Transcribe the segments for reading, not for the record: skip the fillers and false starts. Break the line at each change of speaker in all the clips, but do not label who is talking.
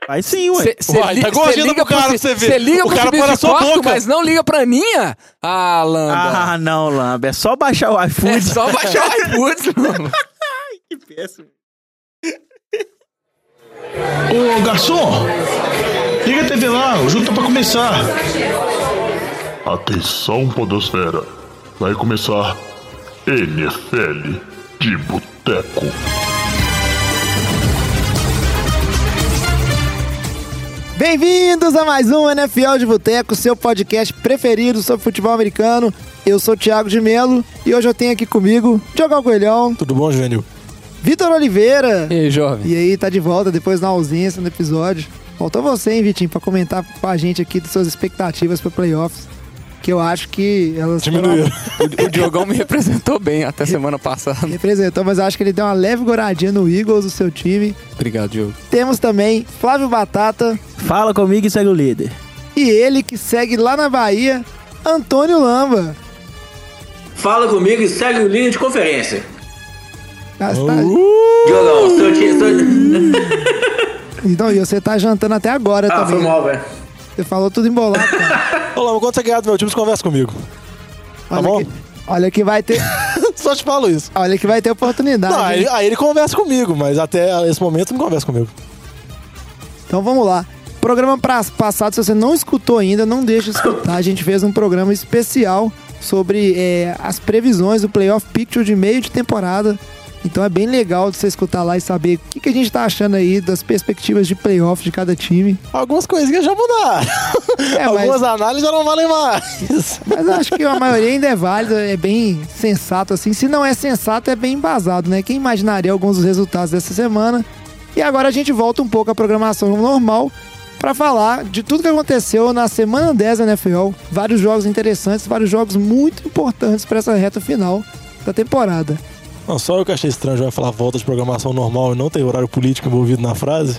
Vai sim, ué.
Tá igualzinho pro cara pra você ver.
Você liga
o
pro
cara
Fabrício
põe na sua
Costa,
boca.
mas não liga pra Ninha? Ah, Lamba.
Ah, não, Lamba. É só baixar o iFood.
É só baixar o iFood, Lamba.
Que péssimo.
Ô, garçom! Liga a TV lá, o jogo tá pra começar.
Atenção, podosfera. Vai começar NFL de Boteco.
Bem-vindos a mais um NFL de Boteco, seu podcast preferido sobre futebol americano. Eu sou o Thiago de Melo e hoje eu tenho aqui comigo Diogão Coelhão.
Tudo bom, Juvenil?
Vitor Oliveira.
E aí, jovem?
E aí, tá de volta depois da ausência no episódio. Faltou você, hein, Vitinho, pra comentar com a gente aqui das suas expectativas para playoffs. Que eu acho que elas
diminuíram.
O Diogão me representou bem até semana passada.
Representou, mas eu acho que ele deu uma leve goradinha no Eagles, o seu time.
Obrigado, Diogo.
Temos também Flávio Batata.
Fala comigo e segue o líder.
E ele que segue lá na Bahia, Antônio Lamba.
Fala comigo e segue o líder de conferência.
Diogão,
seu time.
Então, e você tá jantando até agora também.
Foi mal, velho.
Você falou tudo embolado, cara.
Ô, Lama, quando você ganhar do meu time, você conversa comigo. Tá bom?
Olha que vai ter...
Só te falo isso.
Olha que vai ter oportunidade.
Não, aí ele conversa comigo, mas até esse momento não conversa comigo.
Então vamos lá. Programa passado, se você não escutou ainda, não deixe de escutar. A gente fez um programa especial sobre as previsões do Playoff Picture de meio de temporada. Então é bem legal de você escutar lá e saber o que a gente tá achando aí das perspectivas de playoff de cada time.
Algumas coisinhas já mudaram. Algumas análises já não valem mais.
Mas acho que a maioria ainda é válida, é bem sensato assim. Se não é sensato, é bem embasado, né? Quem imaginaria alguns dos resultados dessa semana? E agora a gente volta um pouco à programação normal para falar de tudo que aconteceu na semana 10 da NFL. Vários jogos interessantes, vários jogos muito importantes para essa reta final da temporada.
Não, só eu que achei estranho já falar volta de programação normal e não ter horário político envolvido na frase.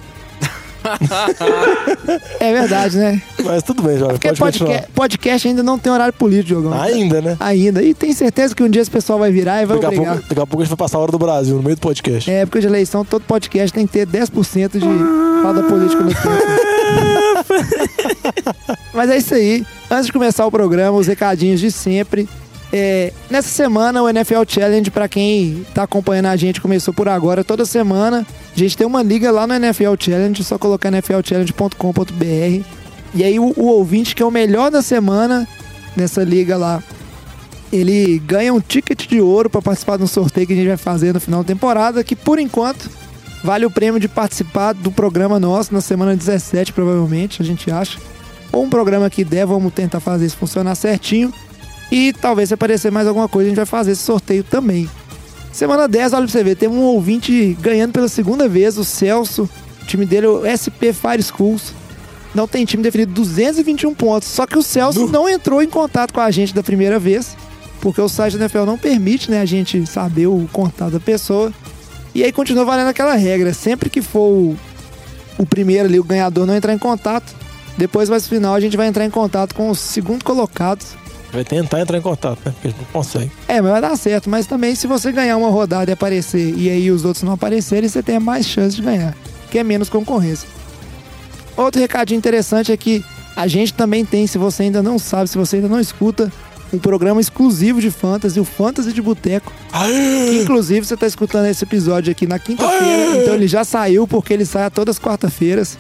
É verdade, né?
Mas tudo bem, jovem.
Porque podcast ainda não tem horário político, Diogão.
Ainda, né?
Ainda. E tem certeza que um dia esse pessoal vai virar e vai obrigar.
Daqui a pouco a gente vai passar a hora do Brasil, no meio do podcast.
É, época de eleição, todo podcast tem que ter 10% de fala da política no tempo. Mas é isso aí. Antes de começar o programa, os recadinhos de sempre. Nessa semana o NFL Challenge, pra quem tá acompanhando a gente, começou por agora. Toda semana a gente tem uma liga lá no NFL Challenge, só colocar nflchallenge.com.br. E aí o ouvinte que é o melhor da semana nessa liga lá, ele ganha um ticket de ouro pra participar de um sorteio que a gente vai fazer no final da temporada, que por enquanto vale o prêmio de participar do programa nosso na semana 17, provavelmente, a gente acha. Ou um programa que der, vamos tentar fazer isso funcionar certinho. E talvez se aparecer mais alguma coisa, a gente vai fazer esse sorteio também. Semana 10, olha pra você ver, tem um ouvinte ganhando pela segunda vez, o Celso. O time dele é o SP Fire Schools. Não tem time definido, 221 pontos. Só que o Celso não entrou em contato com a gente da primeira vez, porque o site da NFL não permite, né, a gente saber o contato da pessoa. E aí continua valendo aquela regra. Sempre que for o primeiro ali, o ganhador, não entrar em contato, depois, mais no final, a gente vai entrar em contato com os segundo colocados.
Vai tentar entrar em contato, né? Porque a gente não consegue.
Mas vai dar certo. Mas também, se você ganhar uma rodada e aparecer, e aí os outros não aparecerem, você tem mais chance de ganhar, que é menos concorrência. Outro recadinho interessante é que a gente também tem, se você ainda não sabe, se você ainda não escuta, um programa exclusivo de Fantasy, o Fantasy de Boteco. Que, inclusive, você está escutando esse episódio aqui na quinta-feira, então ele já saiu, porque ele sai a todas as quarta-feiras.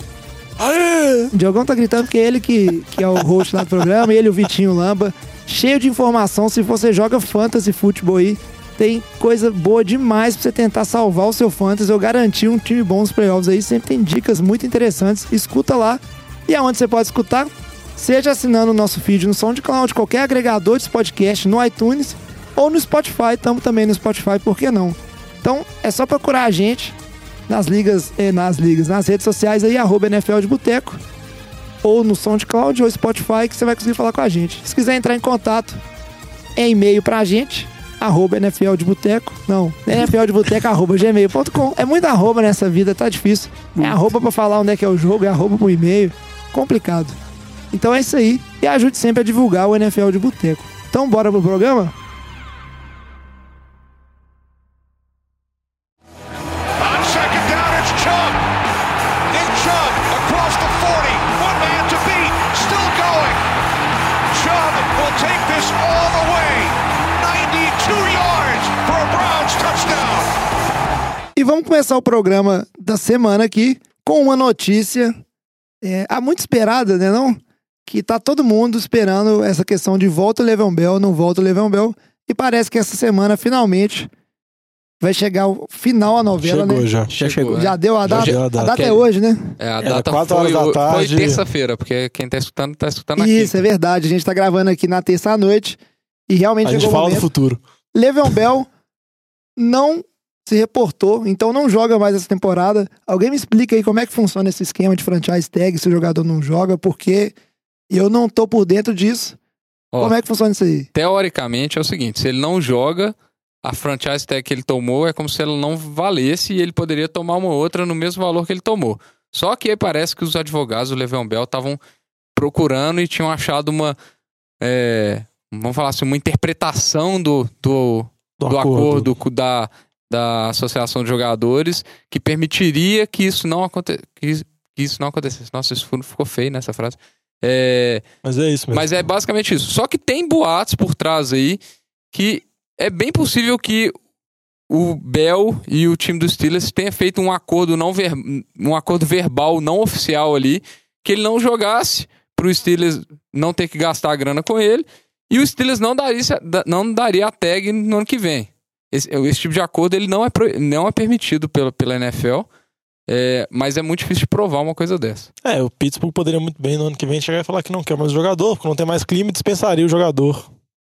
O Diogão tá gritando porque é ele que é o host lá do programa, e ele, o Vitinho Lamba. Cheio de informação. Se você joga fantasy futebol aí, tem coisa boa demais pra você tentar salvar o seu fantasy. Eu garanti um time bom nos playoffs aí. Sempre tem dicas muito interessantes. Escuta lá. E aonde você pode escutar? Seja assinando o nosso feed no SoundCloud, qualquer agregador de podcast, no iTunes ou no Spotify. Estamos também no Spotify, por que não? Então é só procurar a gente nas redes sociais aí, @NFL de Boteco, ou no SoundCloud ou Spotify, que você vai conseguir falar com a gente. Se quiser entrar em contato, é e-mail pra gente, @NFLdeboteco, não, nfldeboteco@gmail.com. É muito arroba nessa vida, tá difícil. É arroba pra falar onde é que é o jogo, é arroba pro e-mail, complicado. Então é isso aí, e ajude sempre a divulgar o NFL de Boteco. Então bora pro programa?
On second down, it's Chubb. Nick Chubb across
vamos começar o programa da semana aqui com uma notícia há muito esperada, né não? Que tá todo mundo esperando essa questão de volta o Le'Veon Bell, não volta o Le'Veon Bell. E parece que essa semana, finalmente, vai chegar o final a novela,
Chegou
né?
já.
Chegou,
Já deu a data?
deu a
A
data.
data é hoje, né?
A
Era
data
4 horas da tarde.
foi terça-feira, porque quem tá escutando aqui.
Isso, é verdade. A gente tá gravando aqui na terça à noite. E realmente
A gente
chegou o
fala do
momento.
futuro.
Le'Veon Bell não se reportou, então não joga mais essa temporada. Alguém me explica aí como é que funciona esse esquema de franchise tag se o jogador não joga, porque eu não tô por dentro disso.
Ó,
Como é que funciona isso aí?
Teoricamente é o seguinte, se ele não joga, a franchise tag que ele tomou é como se ela não valesse e ele poderia tomar uma outra no mesmo valor que ele tomou. Só que aí parece que os advogados do Le'Veon Bell estavam procurando e tinham achado uma, vamos falar assim, uma interpretação do acordo da Associação de Jogadores que permitiria que isso não acontecesse. Nossa, isso ficou feio nessa frase.
Mas é isso mesmo.
Mas é basicamente isso. Só que tem boatos por trás aí que é bem possível que o Bell e o time dos Steelers tenham feito um acordo verbal não oficial ali, que ele não jogasse pro Steelers não ter que gastar a grana com ele e o Steelers não daria a tag no ano que vem. Esse tipo de acordo ele não é permitido pela NFL. Mas é muito difícil de provar uma coisa dessa.
O Pittsburgh poderia muito bem no ano que vem chegar e falar que não quer mais o jogador, porque não tem mais clima e dispensaria o jogador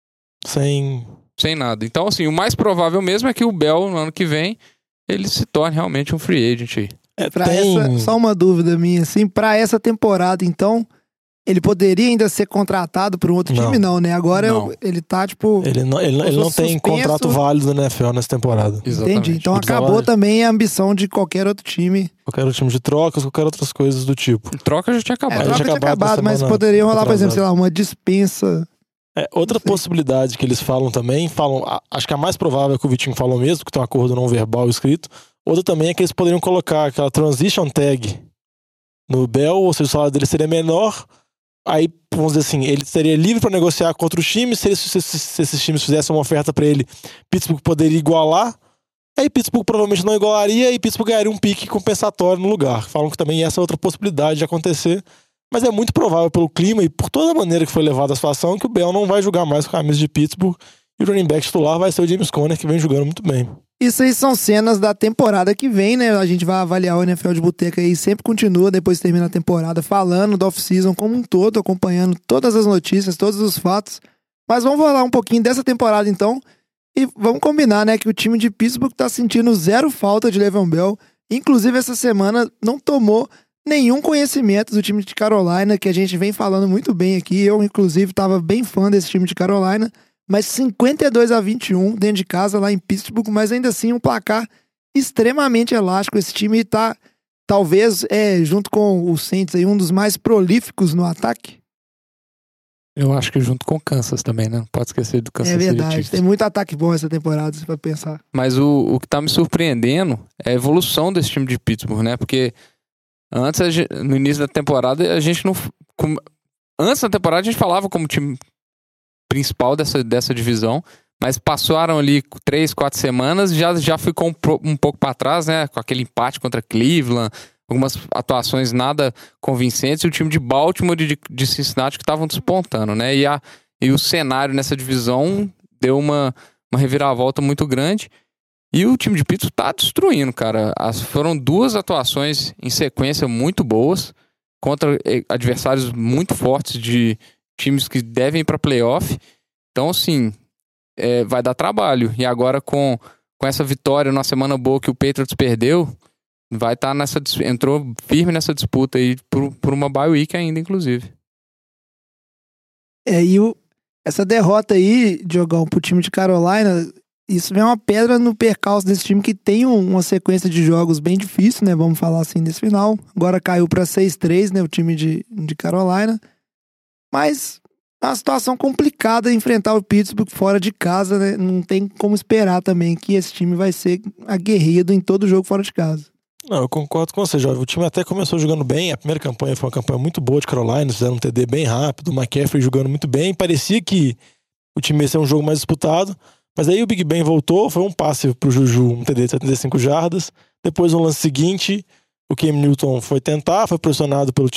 sem
nada. Então, assim, o mais provável mesmo é que o Bell, no ano que vem, ele se torne realmente um free agent aí.
Só uma dúvida minha, assim, pra essa temporada, então, ele poderia ainda ser contratado por um outro time? Não, né? Agora
Não.
ele tá, tipo...
Ele não tem
suspenso.
Contrato válido na NFL nessa temporada.
Exatamente.
Entendi. Então
Tipo,
acabou também a ambição de qualquer outro time.
Qualquer outro time de trocas, qualquer outras coisas do tipo.
Troca já tinha acabado.
Troca
já
tinha
acabado
acabado,
na
mas
semana
poderia rolar, por exemplo,
atrasada.
sei lá, uma dispensa.
Outra possibilidade que eles falam também, acho que a mais provável é que o Vitinho falou mesmo, que tem um acordo não verbal escrito. Outra também é que eles poderiam colocar aquela transition tag no Bell, ou seja, o salário dele seria menor. Aí, vamos dizer assim, ele seria livre para negociar com outros times. Se esses times fizessem uma oferta para ele, Pittsburgh poderia igualar. Aí Pittsburgh provavelmente não igualaria e Pittsburgh ganharia um pique compensatório no lugar. Falam que também essa é outra possibilidade de acontecer. Mas é muito provável pelo clima e por toda a maneira que foi levada a situação que o Bell não vai jogar mais com a camisa de Pittsburgh e o running back titular vai ser o James Conner, que vem jogando muito bem.
Isso aí são cenas da temporada que vem, né? A gente vai avaliar o NFL de Boteca aí, sempre continua, depois termina a temporada, falando do off-season como um todo, acompanhando todas as notícias, todos os fatos. Mas vamos falar um pouquinho dessa temporada então, e vamos combinar, né, que o time de Pittsburgh tá sentindo zero falta de Le'Veon Bell. Inclusive, essa semana não tomou nenhum conhecimento do time de Carolina, que a gente vem falando muito bem aqui. Eu, inclusive, tava bem fã desse time de Carolina. Mas 52-21 dentro de casa, lá em Pittsburgh, mas ainda assim um placar extremamente elástico. Esse time tá, talvez, junto com o Saints, aí, um dos mais prolíficos no ataque.
Eu acho que junto com o Kansas também, né? Não pode esquecer do Kansas
É
City
verdade,
Chiefs.
tem muito ataque bom essa temporada, se for pensar.
Mas o que tá me surpreendendo é a evolução desse time de Pittsburgh, né? Porque antes, no início da temporada, a gente não... Antes da temporada, a gente falava como time principal dessa divisão, mas passaram ali 3-4 semanas e já ficou um pouco para trás, né? Com aquele empate contra Cleveland, algumas atuações nada convincentes, e o time de Baltimore e de Cincinnati que estavam despontando, né? E o cenário nessa divisão deu uma reviravolta muito grande. E o time de Pittsburgh tá destruindo, cara. Foram 2 atuações em sequência muito boas contra adversários muito fortes de times que devem ir pra playoff. Então, assim, vai dar trabalho. E agora com essa vitória numa semana boa que o Patriots perdeu, vai estar entrou firme nessa disputa aí por uma bye week ainda, inclusive.
Essa derrota aí, Diogão, pro time de Carolina, isso vem uma pedra no percalço desse time que tem uma sequência de jogos bem difícil, né? Vamos falar assim nesse final. Agora caiu pra 6-3, né? O time de Carolina. Mas é uma situação complicada enfrentar o Pittsburgh fora de casa, né? Não tem como esperar também que esse time vai ser aguerrido em todo jogo fora de casa.
Não, eu concordo com você, Jovem. O time até começou jogando bem. A primeira campanha foi uma campanha muito boa de Carolina. Fizeram um TD bem rápido. O McCaffrey jogando muito bem. Parecia que o time ia ser um jogo mais disputado. Mas aí o Big Ben voltou, foi um passe pro Juju, um TD de 75 jardas. Depois no lance seguinte, o Cam Newton foi tentar, foi pressionado pelo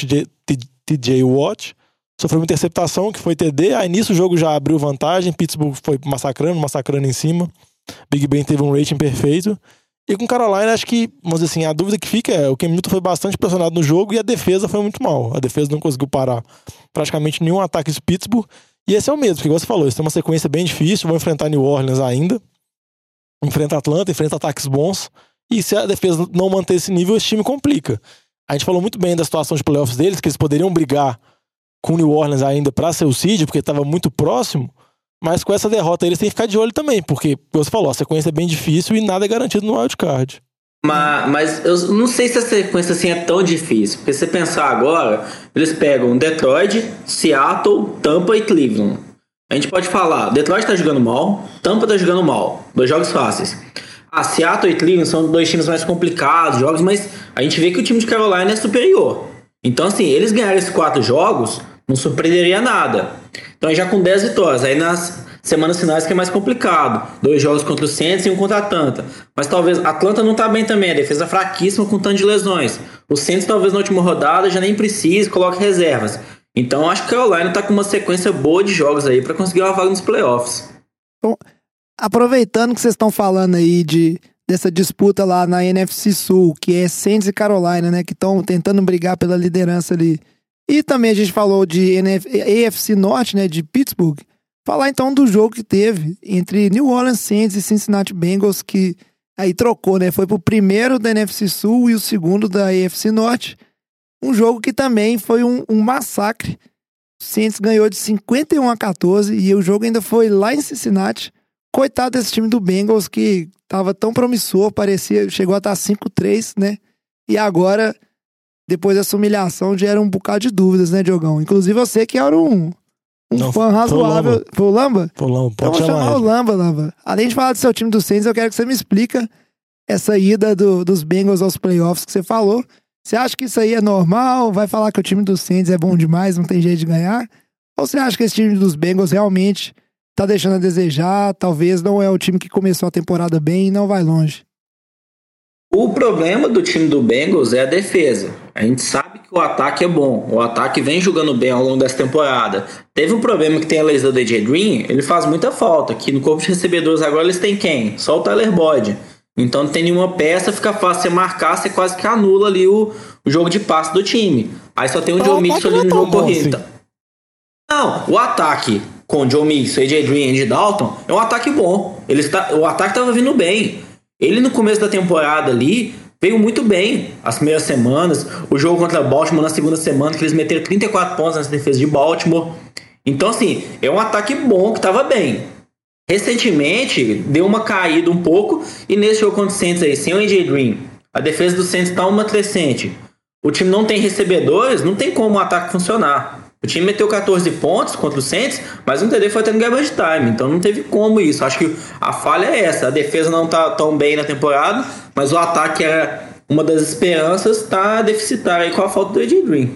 TJ Watt, sofreu uma interceptação que foi TD, aí nisso o jogo já abriu vantagem, Pittsburgh foi massacrando em cima, Big Ben teve um rating perfeito. E com Carolina, acho que, vamos dizer assim, a dúvida que fica é o Cam Newton foi bastante pressionado no jogo e a defesa foi muito mal. A defesa não conseguiu parar praticamente nenhum ataque de Pittsburgh. E esse é o medo, porque, igual você falou, eles têm uma sequência bem difícil, vão enfrentar New Orleans ainda, enfrenta Atlanta, enfrenta ataques bons. E se a defesa não manter esse nível, esse time complica. A gente falou muito bem da situação de playoffs deles, que eles poderiam brigar com o New Orleans ainda para ser o seed, porque estava muito próximo. Mas com essa derrota eles têm que ficar de olho também, porque, como você falou, a sequência é bem difícil e nada é garantido no wildcard.
Mas eu não sei se a sequência assim é tão difícil, porque se você pensar agora, eles pegam Detroit, Seattle, Tampa e Cleveland. A gente pode falar, Detroit tá jogando mal, Tampa tá jogando mal, 2 jogos fáceis. Seattle e Cleveland são 2 times mais complicados, jogos, mas a gente vê que o time de Carolina é superior. Então assim, eles ganharem esses 4 jogos, não surpreenderia nada. Então aí já com 10 vitórias, aí nas semanas finais que é mais complicado. 2 jogos contra o Saints e 1 contra a Atlanta. Mas talvez a Atlanta não tá bem também, a defesa fraquíssima com tanto de lesões. O Saints talvez na última rodada já nem precise, coloque reservas. Então acho que a Carolina tá com uma sequência boa de jogos aí para conseguir uma vaga nos playoffs.
Bom, aproveitando que vocês estão falando aí dessa disputa lá na NFC Sul, que é Saints e Carolina, né, que estão tentando brigar pela liderança ali. E também a gente falou de AFC Norte, né, de Pittsburgh. Falar então do jogo que teve entre New Orleans Saints e Cincinnati Bengals, que aí trocou, né? Foi pro primeiro da NFC Sul e o segundo da AFC Norte. Um jogo que também foi um massacre. O Saints ganhou de 51-14 e o jogo ainda foi lá em Cincinnati. Coitado desse time do Bengals que tava tão promissor, chegou a estar 5-3, né? E agora, depois dessa humilhação, gera um bocado de dúvidas, né, Diogão? Inclusive você que era um fã razoável. Foi o Lamba?
Foi o Lamba,
então vou chamar o Lamba. Além de falar do seu time do Saints, eu quero que você me explica essa ida dos Bengals aos playoffs que você falou. Você acha que isso aí é normal? Vai falar que o time do Saints é bom demais, não tem jeito de ganhar? Ou você acha que esse time dos Bengals realmente tá deixando a desejar? Talvez não é o time que começou a temporada bem e não vai longe.
O problema do time do Bengals é a defesa. A gente sabe que o ataque é bom. O ataque vem jogando bem ao longo dessa temporada. Teve um problema que tem a lesão do AJ Green, ele faz muita falta. Aqui no corpo de recebedores agora eles têm quem? Só o Tyler Boyd. Então não tem nenhuma peça, fica fácil você marcar, você quase que anula ali o jogo de passe do time. Aí só tem o Joe Mixon ali no jogo corrido. Assim. Não, o ataque com o Joe Mixon, AJ Green e Andy Dalton é um ataque bom. O ataque estava vindo bem. Ele no começo da temporada ali veio muito bem as primeiras semanas. O jogo contra Baltimore na segunda semana, que eles meteram 34 pontos nessa defesa de Baltimore. Então assim, é um ataque bom que estava bem. Recentemente deu uma caída um pouco. E nesse jogo contra o Saints aí, sem o AJ Green, a defesa do Saints está uma crescente. O time não tem recebedores, não tem como o ataque funcionar. O time meteu 14 pontos contra o Saints, mas um TD foi até no garbage time, então não teve como isso. Acho que a falha é essa. A defesa não tá tão bem na temporada, mas o ataque era uma das esperanças, tá deficitário aí com a falta do AJ Green.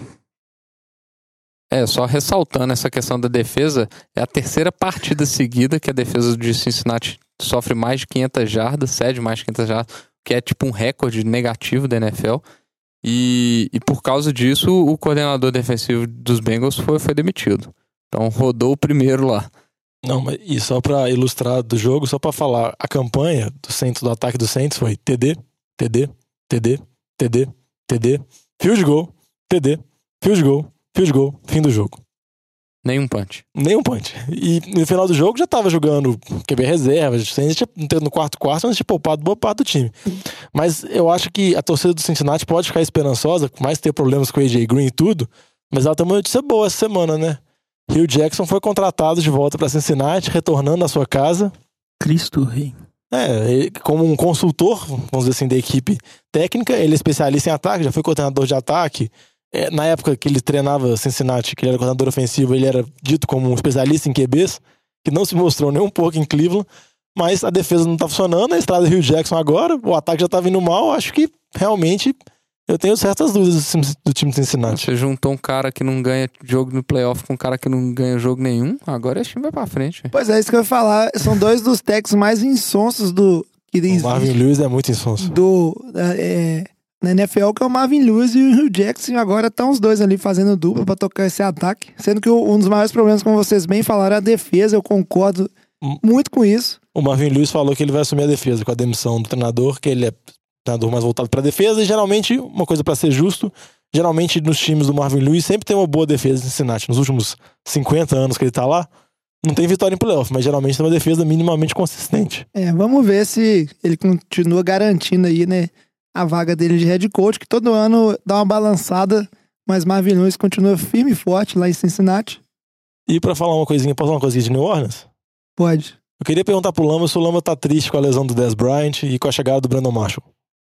Só ressaltando essa questão da defesa, é a terceira partida seguida que a defesa de Cincinnati sofre mais de 500 jardas, cede mais de 500 jardas, que é tipo um recorde negativo da NFL. E por causa disso, o coordenador defensivo dos Bengals foi demitido. Então rodou o primeiro lá.
Não, mas e só pra ilustrar do jogo, só pra falar, a campanha do ataque do Saints foi TD, TD, TD, TD, TD, field goal, TD, field goal, fim do jogo.
Nenhum punch.
E no final do jogo já tava jogando QB reserva, no quarto, antes de poupar boa parte do time. Mas eu acho que a torcida do Cincinnati pode ficar esperançosa, por mais ter problemas com o AJ Green e tudo, mas ela tem uma notícia boa essa semana, né? Hugh Jackson foi contratado de volta pra Cincinnati, retornando à sua casa.
Cristo Rei.
Como um consultor, vamos dizer assim, da equipe técnica, ele é especialista em ataque, já foi coordenador de ataque. Na época que ele treinava Cincinnati, que ele era coordenador ofensivo, ele era dito como um especialista em QBs, que não se mostrou nem um pouco em Cleveland, mas a defesa não tá funcionando, a estrada Hugh Jackson agora, o ataque já tá vindo mal, acho que realmente Eu tenho certas dúvidas do time de Cincinnati.
Você juntou um cara que não ganha jogo no playoff com um cara que não ganha jogo nenhum, agora esse time vai pra frente.
Pois é, isso que eu ia falar. São dois dos técnicos mais insonsos que
O Marvin Lewis é muito insonso.
Na NFL, que é o Marvin Lewis e o Hugh Jackson. Agora estão os dois ali fazendo dupla pra tocar esse ataque. Sendo que um dos maiores problemas, como vocês bem falaram, é a defesa. Eu concordo muito com isso.
O Marvin Lewis falou que ele vai assumir a defesa com a demissão do treinador, que ele é treinador mais voltado pra defesa. E geralmente, uma coisa pra ser justo, geralmente nos times do Marvin Lewis sempre tem uma boa defesa em Cincinnati. Nos últimos 50 anos que ele tá lá, não tem vitória em playoff, mas geralmente tem uma defesa minimamente consistente.
Vamos ver se ele continua garantindo aí, né, a vaga dele de head coach, que todo ano dá uma balançada, mas Marvin Lewis continua firme e forte lá em Cincinnati.
E pra falar uma coisinha, posso falar uma coisinha de New Orleans?
Pode.
Eu queria perguntar pro Lama se o Lama tá triste com a lesão do Dez Bryant e com a chegada do Brandon Marshall.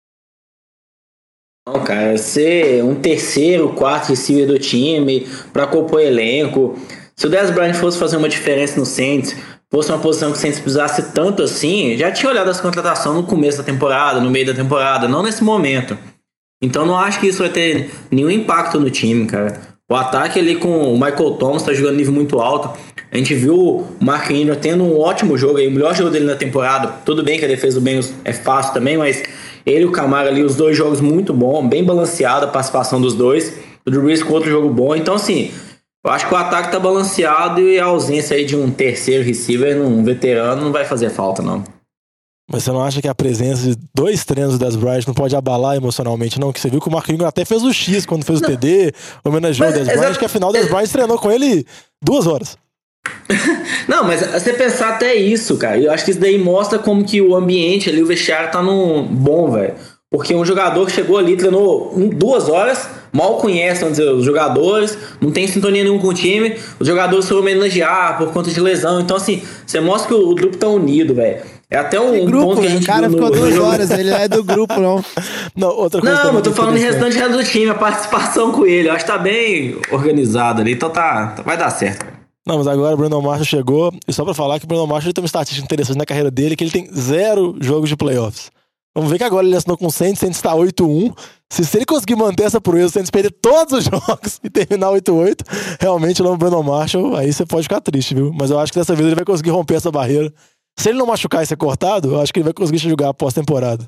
Não, cara, ser um terceiro, quarto receiver do time pra compor elenco. Se o Dez Bryant fosse fazer uma diferença no Saints, fosse uma posição que o Saints precisasse tanto assim, já tinha olhado as contratações no começo da temporada, no meio da temporada, não nesse momento. Então não acho que isso vai ter nenhum impacto no time, cara. O ataque ali com o Michael Thomas tá jogando nível muito alto. A gente viu o Mark Ingram tendo um ótimo jogo aí, o melhor jogo dele na temporada. Tudo bem que a defesa do Bengals é fácil também, mas ele e o Camara ali, os dois jogos muito bons, bem balanceada a participação dos dois. O Drew Brees com outro jogo bom. Então assim, eu acho que o ataque tá balanceado e a ausência aí de um terceiro receiver, um veterano, não vai fazer falta, não.
Mas você não acha que a presença de 2 treinos do Dez Bryant não pode abalar emocionalmente, não? Que você viu que o Mark Ingram até fez o X quando fez o TD, homenageou o Dez Bryant, que afinal o Dez Bryant treinou com ele 2 horas.
Não, mas você pensar até isso, cara, eu acho que isso daí mostra como que o ambiente ali, o vestiário tá num bom, velho. Porque um jogador que chegou ali, treinou 2 horas, mal conhece, vamos dizer, os jogadores, não tem sintonia nenhuma com o time, os jogadores foram homenagear por conta de lesão. Então, assim, você mostra que o grupo tá unido, velho. É até um
grupo,
ponto que a gente
o cara
viu
ficou
no
2
jogo.
horas, ele não é do grupo, não.
Não, outra coisa.
Não, eu tô falando em restante do time, a participação com ele. Eu acho que tá bem organizado ali, então vai dar certo.
Não, mas agora o Brandon Marshall chegou, e só pra falar que o Brandon Marshall tem uma estatística interessante na carreira dele, que ele tem 0 jogos de playoffs. Vamos ver que agora ele assinou com o Saints tá 8-1. Se ele conseguir manter essa proeza, o Saints perder todos os jogos e terminar 8-8, realmente lá no Brandon Marshall, aí você pode ficar triste, viu? Mas eu acho que dessa vez ele vai conseguir romper essa barreira. Se ele não machucar e ser cortado, eu acho que ele vai conseguir jogar a pós-temporada.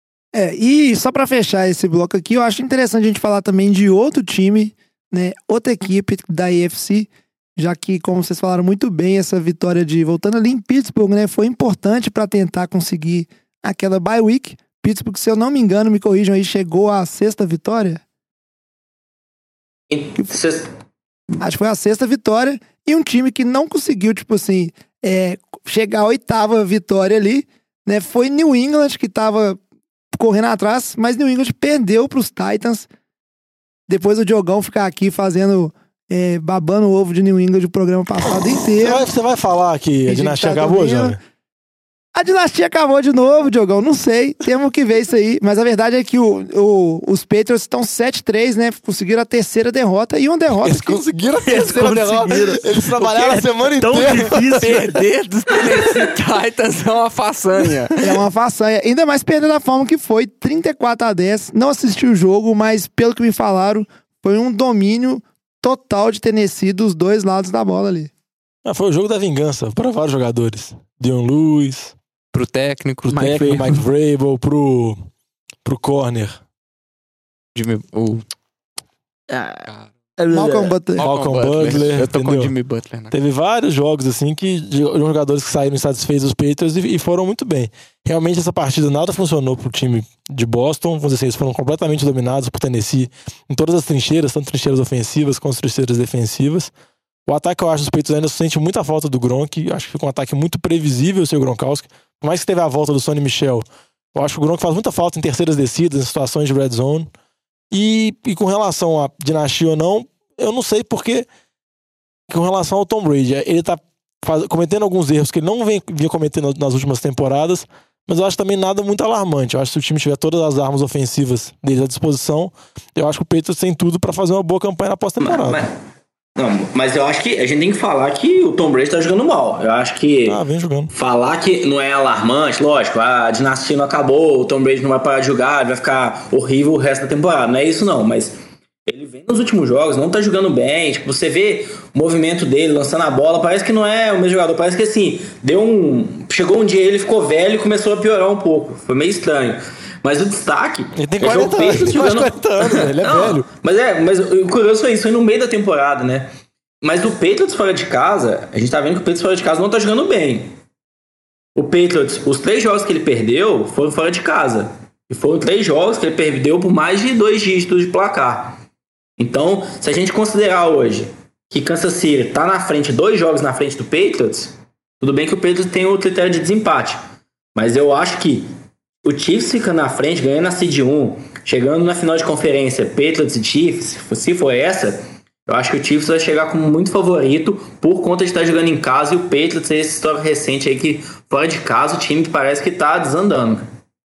E só pra fechar esse bloco aqui, eu acho interessante a gente falar também de outro time, né? Outra equipe da AFC, já que, como vocês falaram muito bem, essa vitória voltando ali em Pittsburgh, né? Foi importante pra tentar conseguir aquela bye week. Pittsburgh, se eu não me engano, me corrijam aí, chegou à 6ª vitória. Acho que foi a 6ª vitória. E um time que não conseguiu, tipo assim, chegar à 8ª vitória ali, né? Foi New England, que tava correndo atrás, mas New England perdeu pros Titans. Depois o Diogão ficar aqui fazendo, babando o ovo de New England o programa passado inteiro.
Você vai falar que a dinastia acabou, Jovem?
A dinastia acabou de novo, Diogão, não sei, temos que ver isso aí, mas a verdade é que os Patriots estão 7-3, né, conseguiram a 3ª derrota e uma derrota.
Eles conseguiram a 3ª derrota, eles trabalharam a semana inteira.
Tão difícil
perder dos Tennessee Titans é uma façanha.
É uma façanha, ainda mais perdendo da forma que foi, 34-10, não assisti o jogo, mas pelo que me falaram, foi um domínio total de Tennessee dos 2 lados da bola ali.
Foi o jogo da vingança para vários jogadores. Dion Lewis,
pro técnico,
Mike Vrabel, pro corner.
Malcolm
Butler.
Eu tô
entendeu?
com o Jimmy Butler, né?
Teve vários jogos assim de jogadores que saíram insatisfeitos dos Patriots e foram muito bem. Realmente essa partida nada funcionou pro time de Boston. Vamos dizer assim, eles foram completamente dominados por Tennessee em todas as trincheiras, tanto trincheiras ofensivas quanto trincheiras defensivas. O ataque, eu acho, dos Patriots ainda sente muita falta do Gronk. Acho que fica um ataque muito previsível, o seu Gronkowski. Por mais que teve a volta do Sonny Michel, eu acho que o Gronk faz muita falta em terceiras descidas, em situações de red zone. E com relação a dinastia ou não, eu não sei porque, com relação ao Tom Brady, ele tá cometendo alguns erros que ele não vinha cometendo nas últimas temporadas, mas eu acho também nada muito alarmante. Eu acho que se o time tiver todas as armas ofensivas dele à disposição, eu acho que o Patriots tem tudo pra fazer uma boa campanha na pós-temporada.
Não, mas eu acho que a gente tem que falar que o Tom Brady tá jogando mal. Eu acho que
vem jogando.
Falar que não é alarmante, lógico, a dinastia não acabou, o Tom Brady não vai parar de jogar, vai ficar horrível o resto da temporada. Não é isso não, mas ele vem nos últimos jogos, não tá jogando bem. Tipo, você vê o movimento dele lançando a bola, parece que não é o mesmo jogador, parece que assim, chegou um dia ele ficou velho e começou a piorar um pouco. Foi meio estranho. Mas o destaque...
Ele tem 40 anos, jogando... 40 anos, ele é velho.
Mas o curioso foi isso, foi no meio da temporada, né? Mas o Patriots fora de casa, a gente tá vendo que o Patriots fora de casa não tá jogando bem. O Patriots, os 3 jogos que ele perdeu foram fora de casa. E foram 3 jogos que ele perdeu por mais de 2 dígitos de placar. Então, se a gente considerar hoje que Kansas City tá na frente, 2 jogos na frente do Patriots, tudo bem que o Patriots tem o critério de desempate. Mas eu acho que o Chiefs fica na frente, ganhando a Seed 1, chegando na final de conferência, Patriots e Chiefs, se for essa, eu acho que o Chiefs vai chegar como muito favorito por conta de estar jogando em casa, e o Patriots é esse histórico recente aí que fora de casa o time parece que tá desandando.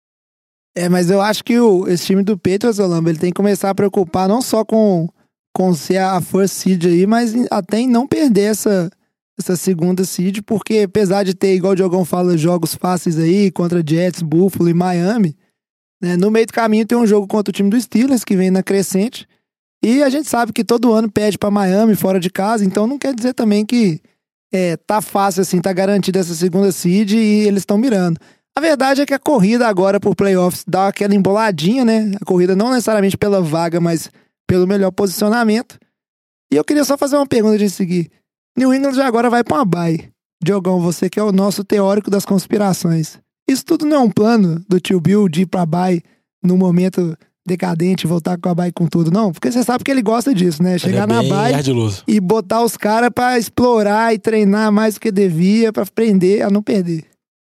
Mas eu acho que esse time do Patriots, Olamba, ele tem que começar a preocupar não só com ser a first seed aí, mas até em não perder essa segunda seed, porque apesar de ter, igual o Diogão fala, jogos fáceis aí, contra Jets, Buffalo e Miami, né, no meio do caminho tem um jogo contra o time do Steelers, que vem na crescente, e a gente sabe que todo ano perde pra Miami, fora de casa, então não quer dizer também que tá fácil assim, tá garantida essa segunda seed e eles estão mirando. A verdade é que a corrida agora por playoffs dá aquela emboladinha, né? A corrida não necessariamente pela vaga, mas pelo melhor posicionamento. E eu queria só fazer uma pergunta de seguir. New England já agora vai pra uma bye. Diogão, você que é o nosso teórico das conspirações. Isso tudo não é um plano do tio Bill de ir pra bye no momento decadente, voltar com a bye com tudo, não? Porque você sabe que ele gosta disso, né? Chegar na bye e botar os caras pra explorar e treinar mais do que devia, pra aprender a não perder.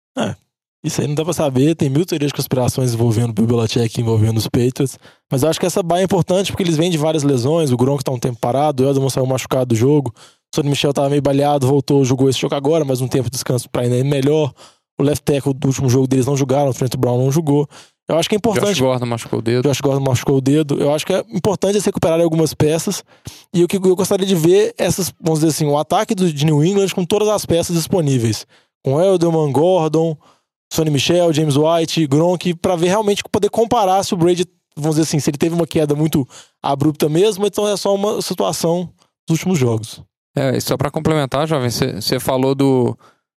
Isso aí não dá pra saber, tem 1000 teorias de conspirações envolvendo o Bill Belichick, envolvendo os Patriots, mas eu acho que essa bye é importante porque eles vêm de várias lesões, o Gronk tá um tempo parado, o Edelman saiu machucado do jogo, o Sonny Michel tava meio baleado, voltou, jogou esse jogo agora, mas um tempo de descanso pra ir melhor, o left tackle do último jogo deles não jogaram, o Trent Brown não jogou. Eu acho que é importante...
Josh Gordon machucou o dedo. Eu acho que é importante eles recuperarem algumas peças, e o que eu gostaria de ver essas, vamos dizer assim, o ataque de New England com todas as peças disponíveis, com Edelman, Gordon, Sonny Michel, James White, Gronk, pra ver realmente, poder comparar se o Brady, vamos dizer assim, se ele teve uma queda muito abrupta mesmo, então é só uma situação dos últimos jogos. E só pra complementar, jovem, você falou do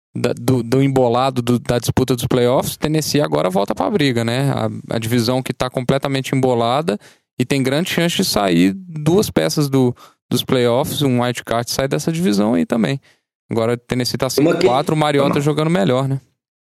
embolado da disputa dos playoffs. Tennessee agora volta pra briga, né? A divisão que tá completamente embolada e tem grande chance de sair 2 peças dos playoffs, um wild card sai dessa divisão aí também. Agora Tennessee tá 5-4, o Mariota jogando melhor, né?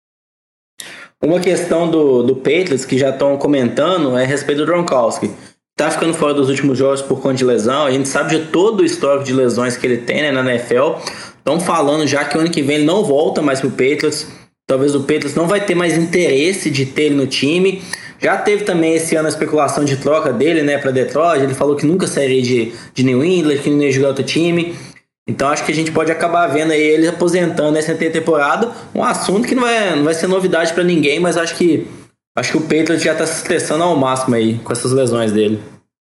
Uma questão do Patriots que já estão comentando é a respeito do Gronkowski. Tá ficando fora dos últimos jogos por conta de lesão. A gente sabe de todo o histórico de lesões que ele tem, né, na NFL. Estão falando já que o ano que vem ele não volta mais pro Patriots. Talvez o Patriots não vai ter mais interesse de ter ele no time. Já teve também esse ano a especulação de troca dele, né, para Detroit. Ele falou que nunca sairia de New England, que não ia jogar outro time. Então acho que a gente pode acabar vendo aí ele aposentando nessa temporada. Um assunto que não vai ser novidade para ninguém, mas acho que o Patriots já tá se estressando ao máximo aí com essas lesões dele.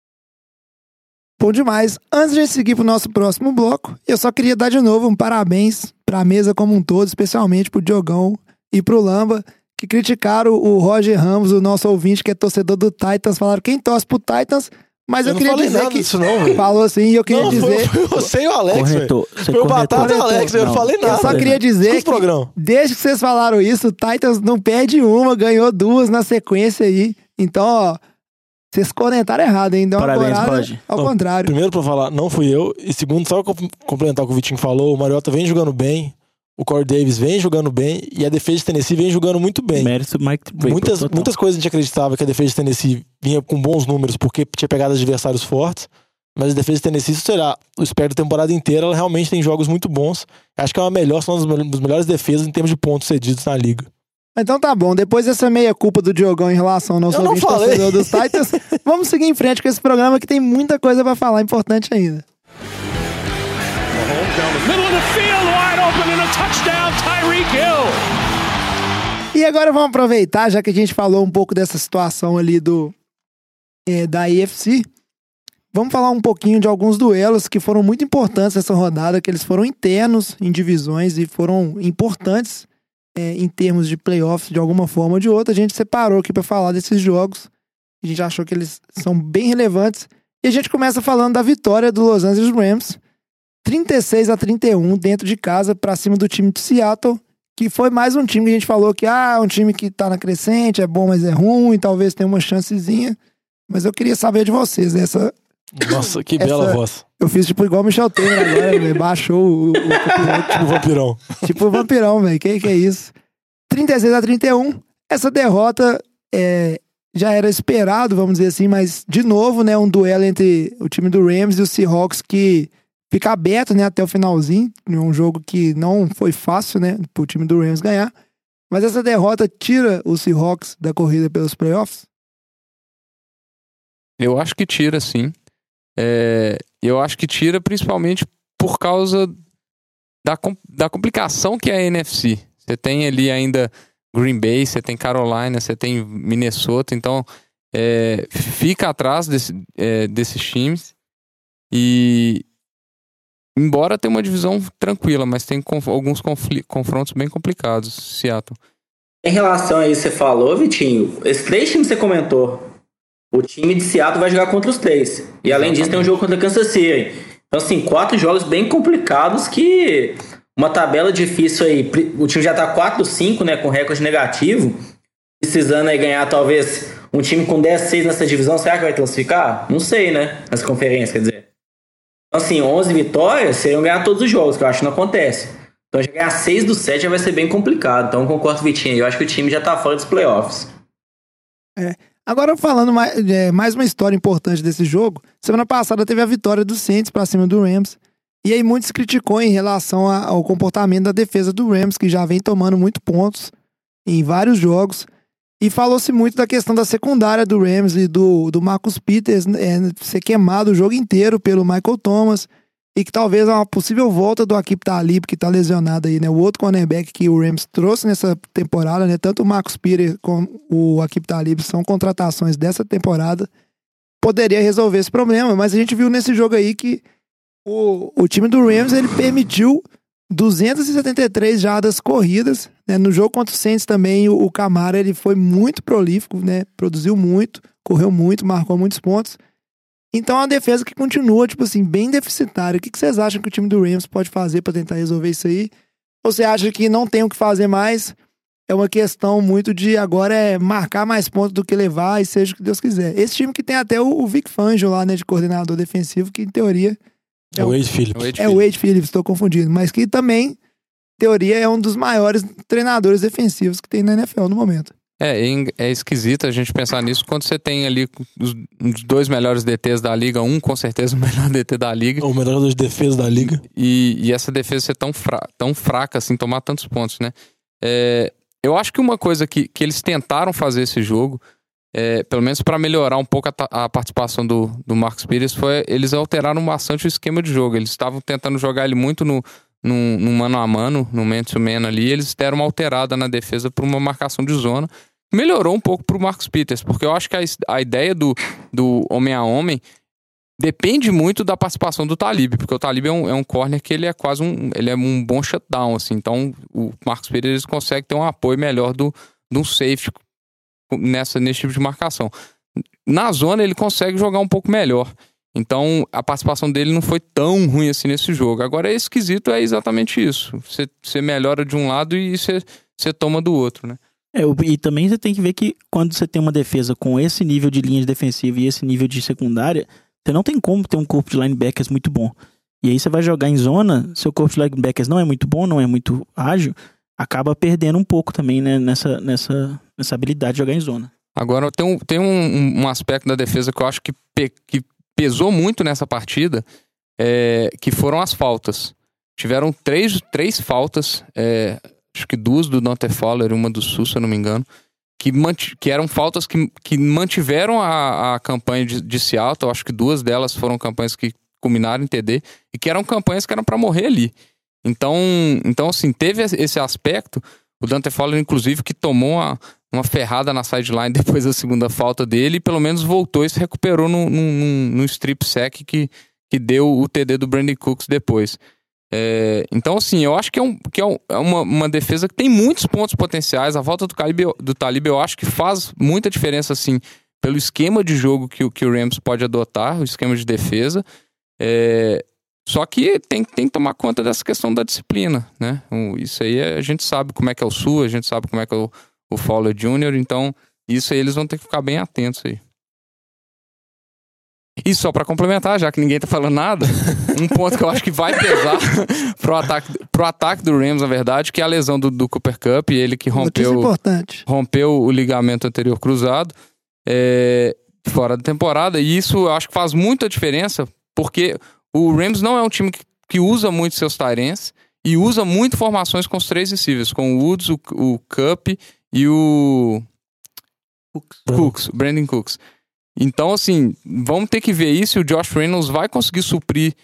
Bom demais. Antes de a gente seguir pro nosso próximo bloco, eu só queria dar de novo um parabéns pra mesa como um todo, especialmente pro Diogão e pro Lamba, que criticaram o Roger Ramos, o nosso ouvinte que é torcedor do Titans, falaram quem torce pro Titans. Mas eu queria dizer que
disso não,
falou assim, e eu queria dizer...
Foi você e o Alex,
Corretor.
Foi o Batata e o Alex, eu não falei nada.
Eu só queria dizer que, desde que vocês falaram isso, o Titans não perde uma, ganhou 2 na sequência aí. Então, ó, vocês comentaram errado, hein? Deu uma
Parabéns,
ao contrário.
Primeiro pra falar, não fui eu. E segundo, só complementar o que o Vitinho falou, o Mariota vem jogando bem, o Corey Davis vem jogando bem, e a defesa de Tennessee vem jogando muito bem.
Mérito Mike Vrabel,
muitas coisas a gente acreditava que a defesa de Tennessee vinha com bons números porque tinha pegado adversários fortes, mas a defesa de Tennessee, se será o espero da temporada inteira, ela realmente tem jogos muito bons. Acho que é são uma das melhores defesas em termos de pontos cedidos na liga.
Então tá bom, depois dessa meia culpa do Diogão em relação ao nosso ouvinte torcedor dos Titans, vamos seguir em frente com esse programa que tem muita coisa pra falar importante ainda. E agora vamos aproveitar, já que a gente falou um pouco dessa situação ali da AFC, vamos falar um pouquinho de alguns duelos que foram muito importantes nessa rodada, que eles foram internos em divisões e foram importantes em termos de playoffs de alguma forma ou de outra. A gente separou aqui para falar desses jogos. A gente achou que eles são bem relevantes. E a gente começa falando da vitória do Los Angeles Rams, 36-31 dentro de casa para cima do time de Seattle, que foi mais um time que a gente falou que um time que tá na crescente, é bom, mas é ruim, talvez tenha uma chancezinha. Mas eu queria saber de vocês,
Nossa, que bela voz.
Eu fiz tipo igual o Michel Temer agora, véio, baixou o
Tipo vampirão.
Tipo vampirão, velho, que é isso? 36-31, essa derrota já era esperado, vamos dizer assim, mas de novo, né, um duelo entre o time do Rams e o Seahawks que fica aberto, né, até o finalzinho, um jogo que não foi fácil, né, pro time do Rams ganhar, mas essa derrota tira o Seahawks da corrida pelos playoffs?
Eu acho que tira, sim. Eu acho que tira principalmente por causa da complicação que é a NFC. Você tem ali ainda Green Bay, você tem Carolina, você tem Minnesota, então fica atrás desses times. E embora tenha uma divisão tranquila, mas tem alguns confrontos bem complicados, Seattle.
Em relação a isso que você falou, Vitinho, esses 3 times que você comentou, o time de Seattle vai jogar contra os 3. E além disso tem um jogo contra Kansas City. Então assim, 4 jogos bem complicados que... Uma tabela difícil aí. O time já tá 4-5, né? Com recorde negativo. Precisando aí ganhar talvez um time com 10-6 nessa divisão. Será que vai classificar? Não sei, né? Nessa conferência, quer dizer. Então assim, 11 vitórias seriam ganhar todos os jogos, que eu acho que não acontece. Então já ganhar 6 dos 7 já vai ser bem complicado. Então eu concordo com o Vitinho. Eu acho que o time já tá fora dos playoffs.
Agora falando mais uma história importante desse jogo. Semana passada teve a vitória do Saints pra cima do Rams. E aí muitos criticou em relação ao comportamento da defesa do Rams, que já vem tomando muito pontos em vários jogos. E falou-se muito da questão da secundária do Rams e do Marcus Peters ser queimado o jogo inteiro pelo Michael Thomas. E que talvez uma possível volta do Aqib Talib, que tá lesionado aí, né? O outro cornerback que o Rams trouxe nessa temporada, né? Tanto o Marcus Peters como o Aqib Talib são contratações dessa temporada. Poderia resolver esse problema, mas a gente viu nesse jogo aí que o time do Rams, ele permitiu 273 jardas corridas, né? No jogo contra o Saints também, o Camara, ele foi muito prolífico, né? Produziu muito, correu muito, marcou muitos pontos. Então é uma defesa que continua, tipo assim, bem deficitária. O que vocês acham que o time do Rams pode fazer para tentar resolver isso aí? Ou você acha que não tem o que fazer mais? É uma questão muito de agora marcar mais pontos do que levar e seja o que Deus quiser. Esse time que tem até o Vic Fangio lá, né, de coordenador defensivo, que em teoria...
É o Wade Phillips.
O Wade Phillips, estou confundindo. Mas que também, em teoria, é um dos maiores treinadores defensivos que tem na NFL no momento.
É esquisito a gente pensar nisso quando você tem ali os 2 melhores DTs da liga, um com certeza o melhor DT da liga.
O melhor das defesas da liga.
E essa defesa ser tão fraca, assim, tomar tantos pontos, né? Eu acho que uma coisa que eles tentaram fazer esse jogo, pelo menos para melhorar um pouco a participação do Marcus Peters, foi eles alteraram bastante o esquema de jogo. Eles estavam tentando jogar ele muito no mano a mano, no man-to-man ali, eles deram uma alterada na defesa para uma marcação de zona. Melhorou um pouco pro Marcus Peters, porque eu acho que a ideia do homem a homem depende muito da participação do Talib, porque o Talib é um corner que ele é quase ele é um bom shutdown, assim. Então o Marcus Peters consegue ter um apoio melhor de um safety nesse tipo de marcação. Na zona ele consegue jogar um pouco melhor. Então a participação dele não foi tão ruim assim nesse jogo. Agora esquisito é exatamente isso. Você melhora de um lado e você toma do outro, né?
E também você tem que ver que quando você tem uma defesa com esse nível de linha defensiva e esse nível de secundária, você não tem como ter um corpo de linebackers muito bom. E aí você vai jogar em zona, seu corpo de linebackers não é muito bom, não é muito ágil, acaba perdendo um pouco também, né, nessa habilidade de jogar em zona.
Agora tem um aspecto da defesa que eu acho que pesou muito nessa partida, que foram as faltas. Tiveram três faltas, acho que 2 do Dante Fowler e uma do Sul, se eu não me engano, que eram faltas que mantiveram a campanha de Seattle. Acho que 2 delas foram campanhas que culminaram em TD e que eram campanhas que eram para morrer ali. Então assim, teve esse aspecto. O Dante Fowler, inclusive, que tomou uma ferrada na sideline depois da segunda falta dele, e pelo menos voltou e se recuperou no strip sack que deu o TD do Brandon Cooks depois. Então, assim, eu acho que é uma defesa que tem muitos pontos potenciais. A volta do Talib eu acho que faz muita diferença, assim, pelo esquema de jogo que o Rams pode adotar, o esquema de defesa. Só que tem que tomar conta dessa questão da disciplina, né? Isso aí a gente sabe como é que é o Sul, a gente sabe como é que é o Fowler Jr., então isso aí eles vão ter que ficar bem atentos aí. E só pra complementar, já que ninguém tá falando nada, um ponto que eu acho que vai pesar pro ataque do Rams, na verdade, que é a lesão do Cooper Kupp, ele que rompeu o ligamento anterior cruzado fora da temporada, e isso eu acho que faz muita diferença, porque o Rams não é um time que usa muito seus tight ends e usa muito formações com os 3 receivers, com o Woods, o Kupp e o Brandon Cooks. Então, assim, vamos ter que ver isso, e o Josh Reynolds vai conseguir suprir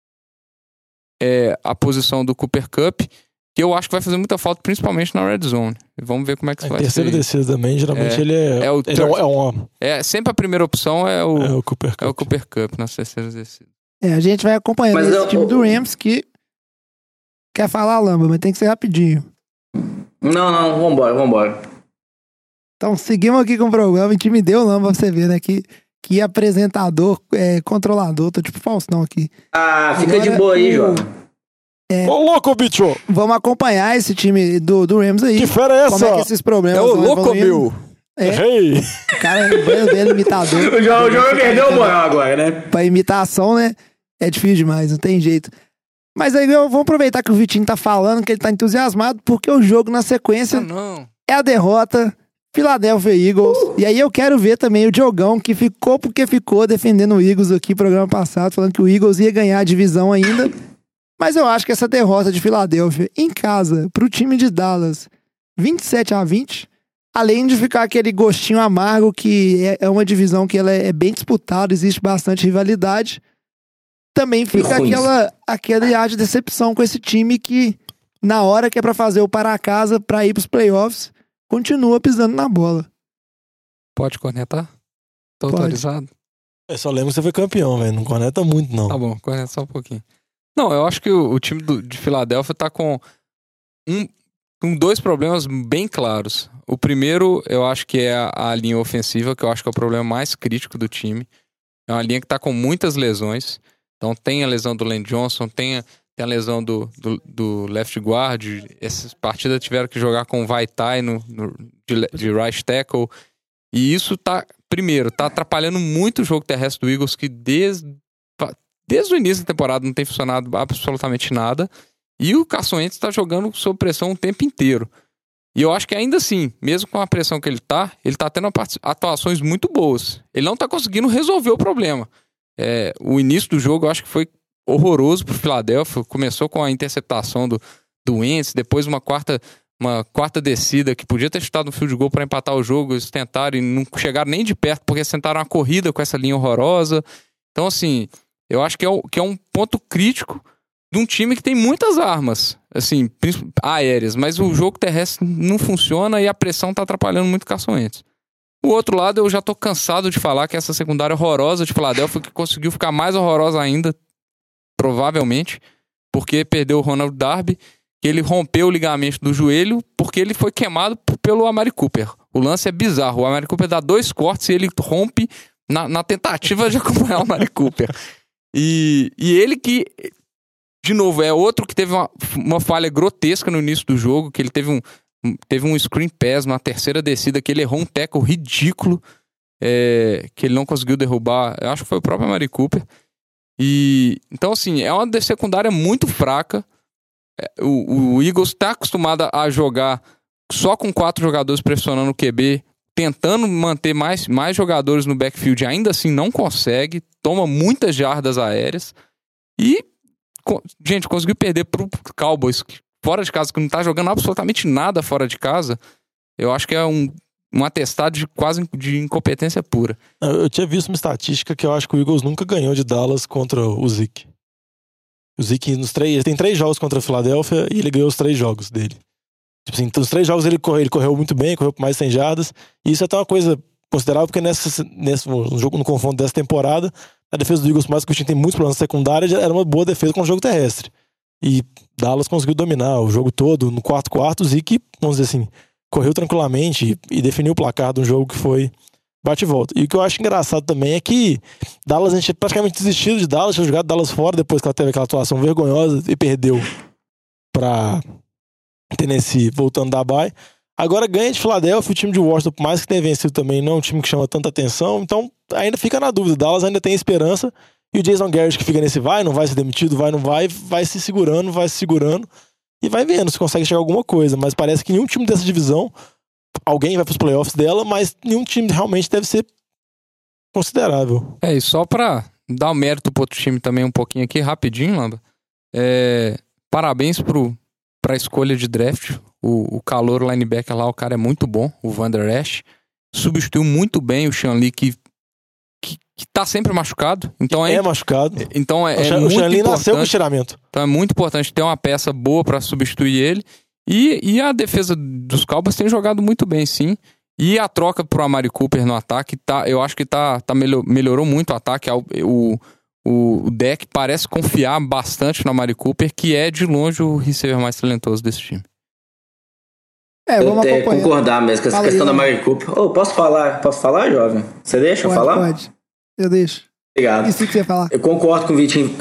a posição do Cooper Kupp, que eu acho que vai fazer muita falta, principalmente na red zone. Vamos ver como é que isso vai ser.
Terceira descida também, geralmente ele
sempre a primeira opção é o
Cooper
Kupp nas terceiras descidas.
A gente vai acompanhando esse time do Rams que quer falar, Lamba, mas tem que ser rapidinho.
Não, vambora.
Então, seguimos aqui com o programa. Intimidei o Lamba pra você ver, né? Que apresentador, controlador. Tô tipo Faustão aqui.
Fica de boa aí, João.
Ô, louco, bicho!
Vamos acompanhar esse time do Rams aí.
Que fera é essa?
Como é que esses problemas
o louco, meu!
Hey.
O cara é banho dele, imitador.
O João perdeu o moral agora, né?
Pra imitação, né? É difícil demais, não tem jeito. Mas aí eu vou aproveitar que o Vitinho tá falando, que ele tá entusiasmado, porque o jogo na sequência é a derrota Philadelphia Eagles. E aí eu quero ver também o Diogão, que ficou porque ficou defendendo o Eagles aqui no programa passado, falando que o Eagles ia ganhar a divisão ainda. Mas eu acho que essa derrota de Filadélfia em casa pro time de Dallas 27-20, além de ficar aquele gostinho amargo que é uma divisão que ela é bem disputada, existe bastante rivalidade, também fica aquele ar de decepção com esse time que, na hora que é pra fazer o para casa, pra ir pros playoffs, continua pisando na bola.
Pode cornetar? Tô
Pode.
autorizado?
Eu só lembro que você foi campeão, velho. Não corneta muito, não.
Tá bom, corneta só um pouquinho. Não, eu acho que o time de Filadélfia tá com 2 problemas bem claros. O primeiro, eu acho que é a linha ofensiva, que eu acho que é o problema mais crítico do time. É uma linha que tá com muitas lesões. Então tem a lesão do Lane Johnson, tem a lesão do left guard. Essas partidas tiveram que jogar com o Vaitai de right tackle. E isso tá atrapalhando muito o jogo terrestre do Eagles, que desde o início da temporada não tem funcionado absolutamente nada. E o Carson Wentz tá jogando sob pressão o tempo inteiro. E eu acho que ainda assim, mesmo com a pressão que ele tá tendo atuações muito boas. Ele não tá conseguindo resolver o problema. O início do jogo eu acho que foi horroroso pro Philadelphia. Começou com a interceptação do Wentz, depois uma quarta descida que podia ter chutado no field goal para empatar o jogo. Eles tentaram e não chegaram nem de perto porque sentaram uma corrida com essa linha horrorosa. Então, assim, eu acho que é um ponto crítico de um time que tem muitas armas, assim, aéreas, mas o jogo terrestre não funciona e a pressão tá atrapalhando muito o Carson Wentz. O outro lado, eu já tô cansado de falar que essa secundária horrorosa de Philadelphia, que conseguiu ficar mais horrorosa ainda, provavelmente, porque perdeu o Ronald Darby, que ele rompeu o ligamento do joelho porque ele foi queimado pelo Amari Cooper. O lance é bizarro. O Amari Cooper dá 2 cortes e ele rompe na tentativa de acompanhar o Amari Cooper. E ele que, de novo, é outro que teve uma falha grotesca no início do jogo, que ele teve um screen pass na terceira descida, que ele errou um tackle ridículo, que ele não conseguiu derrubar. Eu acho que foi o próprio Amari Cooper. Então, assim, é uma secundária muito fraca. O Eagles está acostumado a jogar só com 4 jogadores pressionando o QB, tentando manter mais jogadores no backfield, ainda assim não consegue, toma muitas jardas aéreas e, gente, conseguiu perder pro Cowboys fora de casa, que não tá jogando absolutamente nada fora de casa. Eu acho que é um atestado quase de incompetência pura.
Eu tinha visto uma estatística que eu acho que o Eagles nunca ganhou de Dallas contra o Zeke. O Zeke ele tem 3 jogos contra a Filadélfia e ele ganhou os 3 jogos dele. Tipo assim, nos 3 jogos ele correu muito bem, correu por mais 100 jardas. E isso é até uma coisa considerável, porque no jogo, no confronto dessa temporada, a defesa do Eagles, por mais que o time tem muitos problemas secundários, era uma boa defesa com o jogo terrestre. E Dallas conseguiu dominar o jogo todo no quarto. Zeke, vamos dizer assim, correu tranquilamente e definiu o placar de um jogo que foi bate e volta. E o que eu acho engraçado também é que Dallas, a gente praticamente desistiu de Dallas, tinha jogado Dallas fora depois que ela teve aquela atuação vergonhosa e perdeu pra Tennessee voltando da bye. Agora ganha de Filadélfia, o time de Washington, por mais que tenha vencido também, não é um time que chama tanta atenção, então ainda fica na dúvida. Dallas ainda tem esperança, e o Jason Garrett que fica nesse não vai ser demitido, não vai se segurando e vai vendo se consegue chegar a alguma coisa. Mas parece que nenhum time dessa divisão, alguém vai pros playoffs dela, mas nenhum time realmente deve ser considerável.
E só pra dar o mérito pro outro time também um pouquinho aqui, rapidinho, Lamba. Parabéns pra escolha de draft. O calouro linebacker lá, o cara é muito bom, o Van Der Esch. Substituiu muito bem o Sean Lee, que tá sempre machucado. Então
machucado.
Então
o
muito
Sean Lee
importante.
Nasceu com estiramento.
Então é muito importante ter uma peça boa pra substituir ele. E a defesa dos Cowboys tem jogado muito bem, sim. E a troca pro Amari Cooper no ataque, eu acho que melhorou muito o ataque. O deck parece confiar bastante no Amari Cooper, que é de longe o receiver mais talentoso desse time.
Eu tenho que concordar mesmo com essa questão da Amari Cooper. Posso falar, jovem? Você deixa eu falar?
Pode. Eu deixo.
Obrigado.
Isso que você ia falar.
Eu concordo com o Vitinho.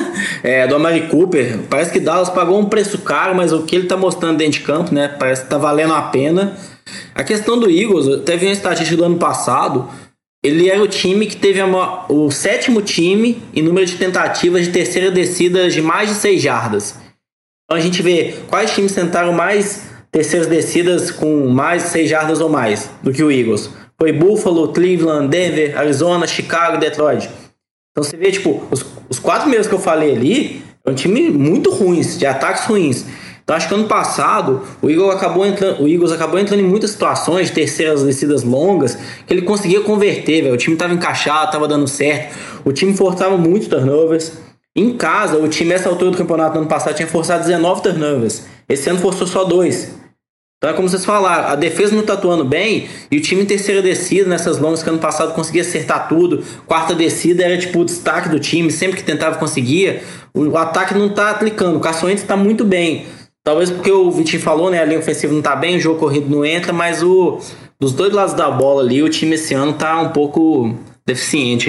Do Amari Cooper, parece que Dallas pagou um preço caro, mas o que ele tá mostrando dentro de campo, né? Parece que tá valendo a pena. A questão do Eagles, teve uma estatística do ano passado, ele era o time que teve o 7º time em número de tentativas de terceira descida de mais de 6 jardas. Então a gente vê quais times tentaram mais terceiras descidas com mais de 6 jardas ou mais do que o Eagles. Foi Buffalo, Cleveland, Denver, Arizona, Chicago, Detroit. Então você vê, tipo, os 4 primeiros que eu falei ali, é um time muito ruins, de ataques ruins. Então acho que ano passado o Eagles acabou entrando em muitas situações de terceiras descidas longas que ele conseguia converter, velho. O time estava encaixado, estava dando certo. O time forçava muito turnovers. Em casa, o time nessa altura do campeonato no ano passado tinha forçado 19 turnovers. Esse ano forçou só 2. Então é como vocês falaram, a defesa não tá atuando bem e o time em terceira descida, nessas longas que ano passado conseguia acertar tudo, 4ª descida era tipo o destaque do time, sempre que tentava conseguia, o ataque não tá aplicando, o Carson Wentz tá muito bem. Talvez porque o Vitinho falou, né, a linha ofensiva não tá bem, o jogo corrido não entra, mas dos 2 lados da bola ali, o time esse ano tá um pouco deficiente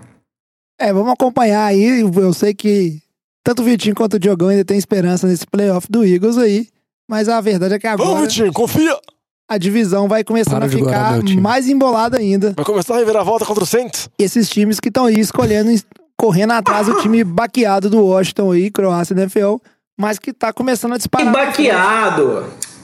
aí.
Vamos acompanhar aí, eu sei que tanto o Vitinho quanto o Diogão ainda tem esperança nesse playoff do Eagles aí. Mas a verdade é que agora...
Vamos, Vitinho, confia!
A divisão vai começando a ficar mais embolada ainda.
Vai começar a reviravolta contra o Saints.
Esses times que estão aí escolhendo, correndo atrás do time baqueado do Washington aí, Croácia e NFL, mas que tá começando a disparar.
Que baqueado!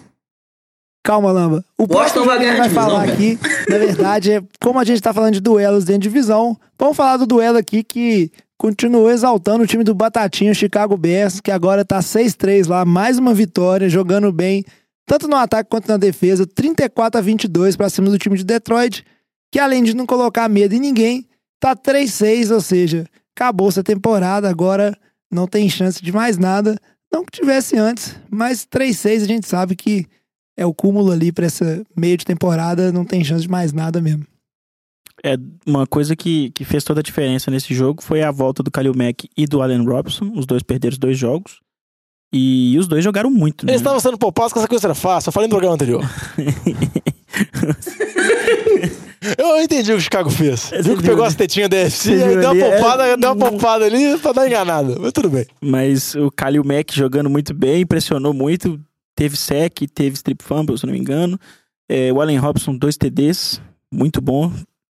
Calma, Lamba. O próximo que a gente vai falar aqui, na verdade, é como a gente tá falando de duelos dentro de divisão, vamos falar do duelo aqui que continuou exaltando o time do Batatinha, o Chicago Bears, que agora tá 6-3 lá, mais uma vitória, jogando bem, tanto no ataque quanto na defesa, 34-22 pra cima do time de Detroit, que além de não colocar medo em ninguém, tá 3-6, ou seja, acabou essa temporada, agora não tem chance de mais nada, não que tivesse antes, mas 3-6 a gente sabe que é o cúmulo ali pra essa meio de temporada, não tem chance de mais nada mesmo.
Uma coisa que fez toda a diferença nesse jogo foi a volta do Khalil Mack e do Allen Robinson. Os dois perderam os 2 jogos. E os dois jogaram muito, né?
Eles estavam sendo poupados que essa coisa era fácil. Eu falei no programa anterior. Eu entendi o que o Chicago fez. Viu que pegou as tetinhas da UFC e deu uma poupada ali pra dar enganada. Mas tudo bem.
Mas o Khalil Mack jogando muito bem, impressionou muito. Teve sec, teve strip fumble, se não me engano. O Allen Robinson, 2 TDs. Muito bom.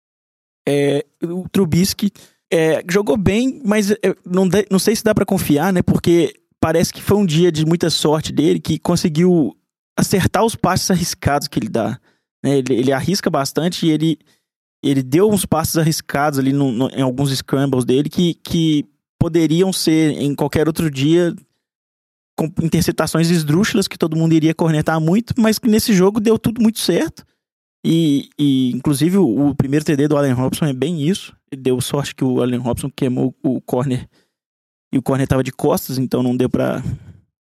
O Trubisky jogou bem, mas não sei se dá pra confiar, né? Porque parece que foi um dia de muita sorte dele, que conseguiu acertar os passes arriscados que ele dá, né? Ele arrisca bastante e ele deu uns passes arriscados ali em alguns scrambles dele que poderiam ser em qualquer outro dia com interceptações esdrúxulas que todo mundo iria cornetar muito, mas que nesse jogo deu tudo muito certo. E inclusive o primeiro TD do Allen Robinson é bem isso. Ele deu sorte que o Allen Robinson queimou o corner e o corner tava de costas, então não deu pra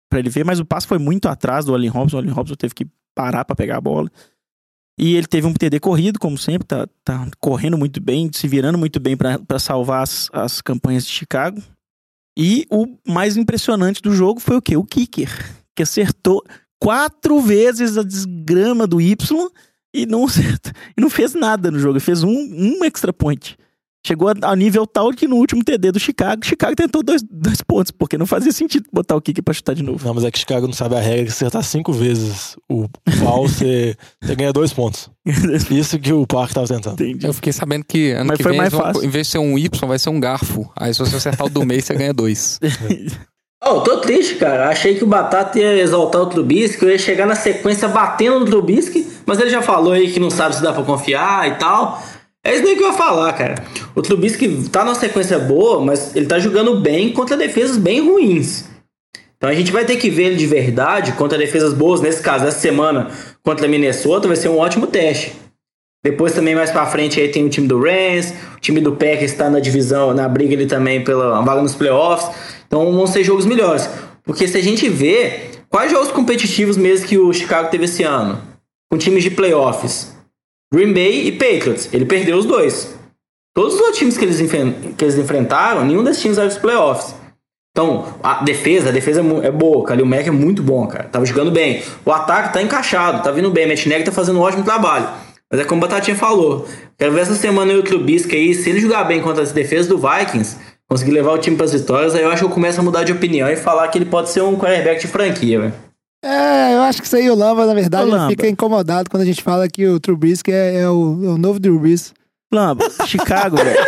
pra ele ver, mas o passe foi muito atrás do Allen Robinson. O Allen Robinson teve que parar pra pegar a bola. E ele teve um TD corrido, como sempre, tá correndo muito bem, se virando muito bem pra salvar as campanhas de Chicago. E o mais impressionante do jogo foi o quê? O kicker, que acertou 4 vezes a desgrama do Y e não fez nada no jogo. Ele fez um extra point. Chegou ao nível tal que no último TD do Chicago tentou 2 pontos, porque não fazia sentido botar o kicker pra chutar de novo.
Não, mas é que Chicago não sabe a regra, que se acertar 5 vezes o pau, você ganha 2 pontos. Isso que o Park tava tentando.
Entendi.
Eu fiquei sabendo que ano
Mas
que
foi
vem,
mais fácil.
em vez de ser um Y, vai ser um garfo. Aí se você acertar o do meio, você ganha 2.
Tô triste, cara. Achei que o Batata ia exaltar o Trubisky, eu ia chegar na sequência batendo no Trubisky, mas ele já falou aí que não sabe se dá pra confiar e tal. É isso daí que eu ia falar, cara. O Trubisky tá numa sequência boa, mas ele tá jogando bem contra defesas bem ruins. Então a gente vai ter que ver ele de verdade contra defesas boas. Nesse caso, essa semana contra a Minnesota vai ser um ótimo teste. Depois também mais pra frente aí tem o time do Rams, o time do Packers está na divisão, na briga ali também pela vaga nos playoffs. Então vão ser jogos melhores. Porque se a gente vê quais jogos competitivos mesmo que o Chicago teve esse ano, com times de playoffs, Green Bay e Patriots, ele perdeu os 2. Todos os outros times que eles enfrentaram, nenhum desses times vai para os playoffs. Então, a defesa é boa, o Khalil Mack é muito bom, cara. Tava jogando bem. O ataque tá encaixado, tá vindo bem. O Matt Nagy tá fazendo um ótimo trabalho. Mas é como o Batatinha falou. Quero ver essa semana o Trubisky aí, se ele jogar bem contra as defesas do Vikings, conseguir levar o time para as vitórias, aí eu acho que eu começo a mudar de opinião e falar que ele pode ser um quarterback de franquia, velho.
Eu acho que isso aí o Lamba, na verdade,
Lamba,
ele fica incomodado quando a gente fala que o Trubisky é o novo Drew Brees.
Lamba, Chicago, velho.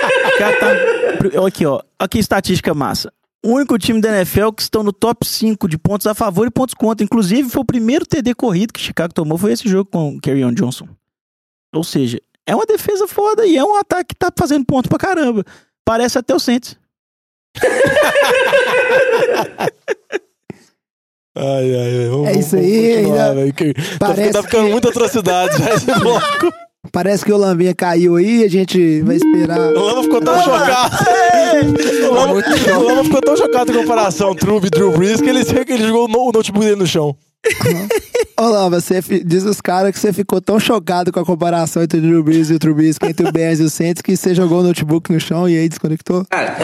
Aqui, ó. Aqui, estatística massa. O único time da NFL que estão no top 5 de pontos a favor e pontos contra. Inclusive, foi o primeiro TD corrido que Chicago tomou, foi esse jogo com o Kerryon Johnson. Ou seja, é uma defesa foda e é um ataque que tá fazendo ponto pra caramba. Parece até o Saints.
Vamos,
é isso aí,
ainda tá ficando muita atrocidade já esse bloco.
Parece que o Lambinha caiu aí, a gente vai esperar.
O Lamba ficou tão chocado. O Lamba ficou tão chocado com a comparação Trub e Drew Brees que ele jogou o notebook dele no chão.
Ô Lamba, você diz os caras que você ficou tão chocado com a comparação entre o Drew Brees e o Trubisky, entre o Bears e o Saints, que você jogou o notebook no chão e aí desconectou?
Cara,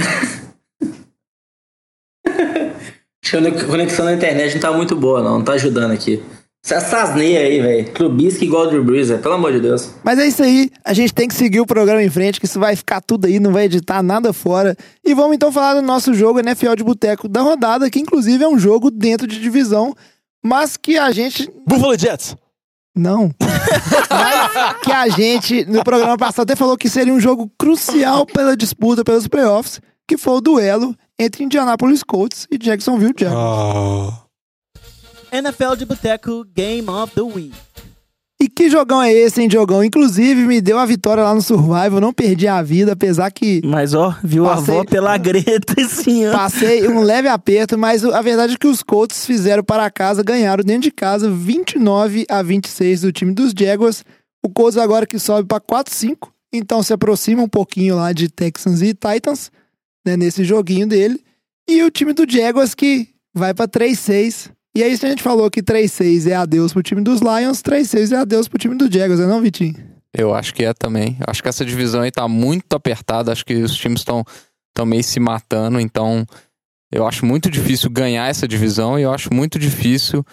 acho que a conexão na internet não tá muito boa, não tá ajudando aqui. Essa asneia aí, velho. Trubisky igual o Drew Brees, pelo amor de Deus.
Mas é isso aí, a gente tem que seguir o programa em frente, que isso vai ficar tudo aí, não vai editar nada fora. E vamos então falar do nosso jogo NFL de Boteco da rodada, que inclusive é um jogo dentro de divisão, mas que a gente...
Buffalo Jets!
Não. Mas que a gente, no programa passado, até falou que seria um jogo crucial pela disputa pelos playoffs, que foi o duelo entre Indianapolis Colts e Jacksonville Jaguars.
NFL de Boteco Game of the Week.
E que jogão é esse, hein, Diogão? Inclusive, me deu a vitória lá no Survival, não perdi a vida, apesar que...
Mas, ó, viu a avó pela greta esse ano.
Passei um leve aperto, mas a verdade é que os Colts fizeram para casa, ganharam dentro de casa, 29-26 do time dos Jaguars. O Colts agora que sobe para 4-5, então se aproxima um pouquinho lá de Texans e Titans, né, nesse joguinho dele. E o time do Jaguars que vai para 3-6. E aí, se a gente falou que 3-6 é adeus pro time dos Lions, 3-6 é adeus pro time do Jaguars, não, Vitinho?
Eu acho que é também. Acho que essa divisão aí tá muito apertada. Acho que os times estão meio se matando. Então, eu acho muito difícil ganhar essa divisão. E eu acho muito difícil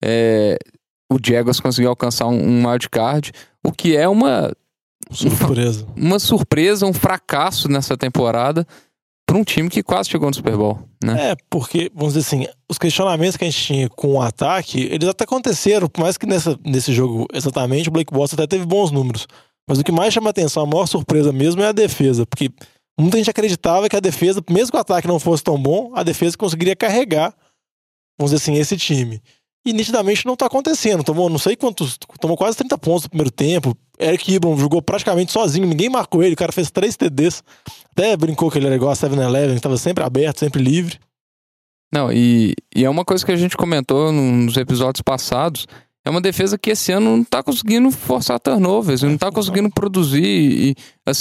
o Jaguars conseguir alcançar um wildcard. O que é uma surpresa, um fracasso nessa temporada para um time que quase chegou no Super Bowl, né?
Porque, vamos dizer assim, os questionamentos que a gente tinha com o ataque, eles até aconteceram, por mais que nesse jogo exatamente o Blake Bortles até teve bons números. Mas o que mais chama atenção, a maior surpresa mesmo é a defesa, porque muita gente acreditava que a defesa, mesmo que o ataque não fosse tão bom, a defesa conseguiria carregar, vamos dizer assim, esse time. E nitidamente não tá acontecendo. Tomou quase 30 pontos no primeiro tempo. Eric Ebron jogou praticamente sozinho, ninguém marcou ele, o cara fez 3 TDs. Até brincou que ele era igual a 7-Eleven, estava sempre aberto, sempre livre.
Não, e é uma coisa que a gente comentou nos episódios passados, é uma defesa que esse ano não tá conseguindo forçar turnovers, não tá conseguindo produzir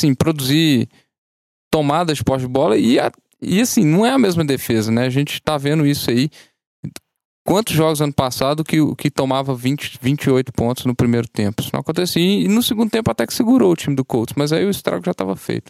tomadas de posse de bola e assim, não é a mesma defesa, né? A gente tá vendo isso aí quantos jogos ano passado que tomava 20, 28 pontos no primeiro tempo? Isso não acontecia. E no segundo tempo até que segurou o time do Colts, mas aí o estrago já estava feito.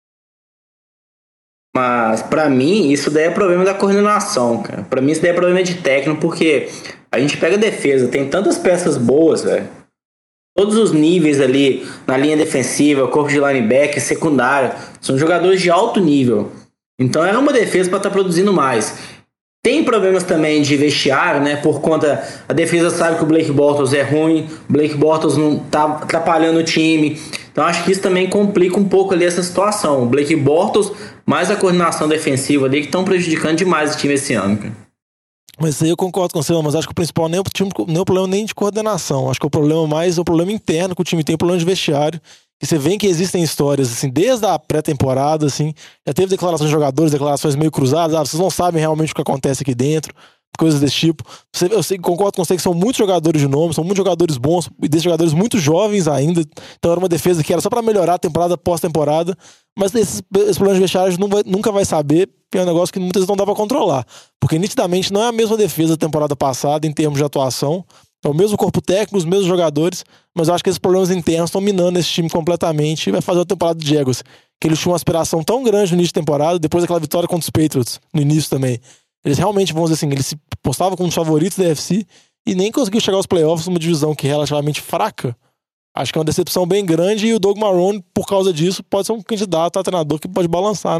Mas pra mim isso daí é problema da coordenação, cara. Pra mim isso daí é problema de técnico, porque a gente pega a defesa, tem tantas peças boas, velho. Todos os níveis ali na linha defensiva, corpo de linebacker, secundária, são jogadores de alto nível. Então era uma defesa para estar produzindo mais. Tem problemas também de vestiário, né? Por conta, a defesa sabe que o Blake Bortles é ruim, o Blake Bortles não tá atrapalhando o time. Então acho que isso também complica um pouco ali essa situação. O Blake Bortles mais a coordenação defensiva ali que estão prejudicando demais o time esse ano, cara.
Mas isso aí eu concordo com você, mas acho que o principal nem é o problema nem de coordenação. Acho que o problema mais é o problema interno que o time tem, o problema de vestiário. E você vê que existem histórias, assim, desde a pré-temporada, assim, já teve declarações de jogadores, declarações meio cruzadas, vocês não sabem realmente o que acontece aqui dentro, coisas desse tipo. Eu concordo com você que são muitos jogadores de nome, são muitos jogadores bons, e desses jogadores muito jovens ainda, então era uma defesa que era só pra melhorar a temporada pós-temporada, mas esse problema de vestiário nunca vai saber, que é um negócio que muitas vezes não dá pra controlar, porque nitidamente não é a mesma defesa da temporada passada em termos de atuação. É o mesmo corpo técnico, os mesmos jogadores, mas eu acho que esses problemas internos estão minando esse time completamente e vai fazer a temporada de Jaguars, que eles tinham uma aspiração tão grande no início de temporada, depois daquela vitória contra os Patriots, no início também. Eles realmente, vamos dizer assim, eles se postavam como os favoritos da NFC e nem conseguiram chegar aos playoffs numa divisão que é relativamente fraca. Acho que é uma decepção bem grande e o Doug Marrone, por causa disso, pode ser um candidato a treinador que pode balançar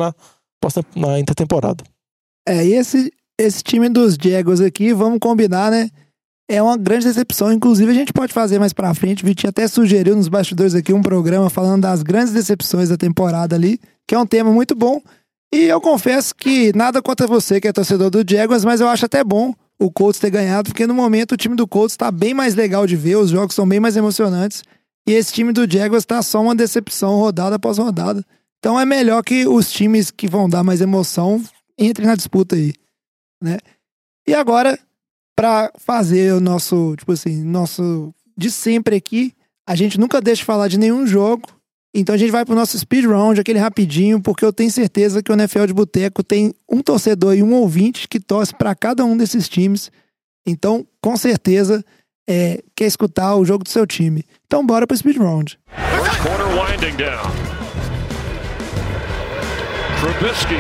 na intertemporada.
E esse time dos Jaguars aqui, vamos combinar, né? É uma grande decepção, inclusive a gente pode fazer mais pra frente. O Vitinho até sugeriu nos bastidores aqui um programa falando das grandes decepções da temporada ali, que é um tema muito bom. E eu confesso que nada contra você que é torcedor do Jaguars, mas eu acho até bom o Colts ter ganhado, porque no momento o time do Colts tá bem mais legal de ver, os jogos são bem mais emocionantes, e esse time do Jaguars tá só uma decepção rodada após rodada. Então é melhor que os times que vão dar mais emoção entrem na disputa aí, né? E agora, pra fazer o nosso de sempre aqui, a gente nunca deixa de falar de nenhum jogo, então a gente vai pro nosso speed round, aquele rapidinho, porque eu tenho certeza que o NFL de Boteco tem um torcedor e um ouvinte que torce pra cada um desses times, então com certeza quer escutar o jogo do seu time. Então bora pro speed round.
Corner winding down. Trubisky,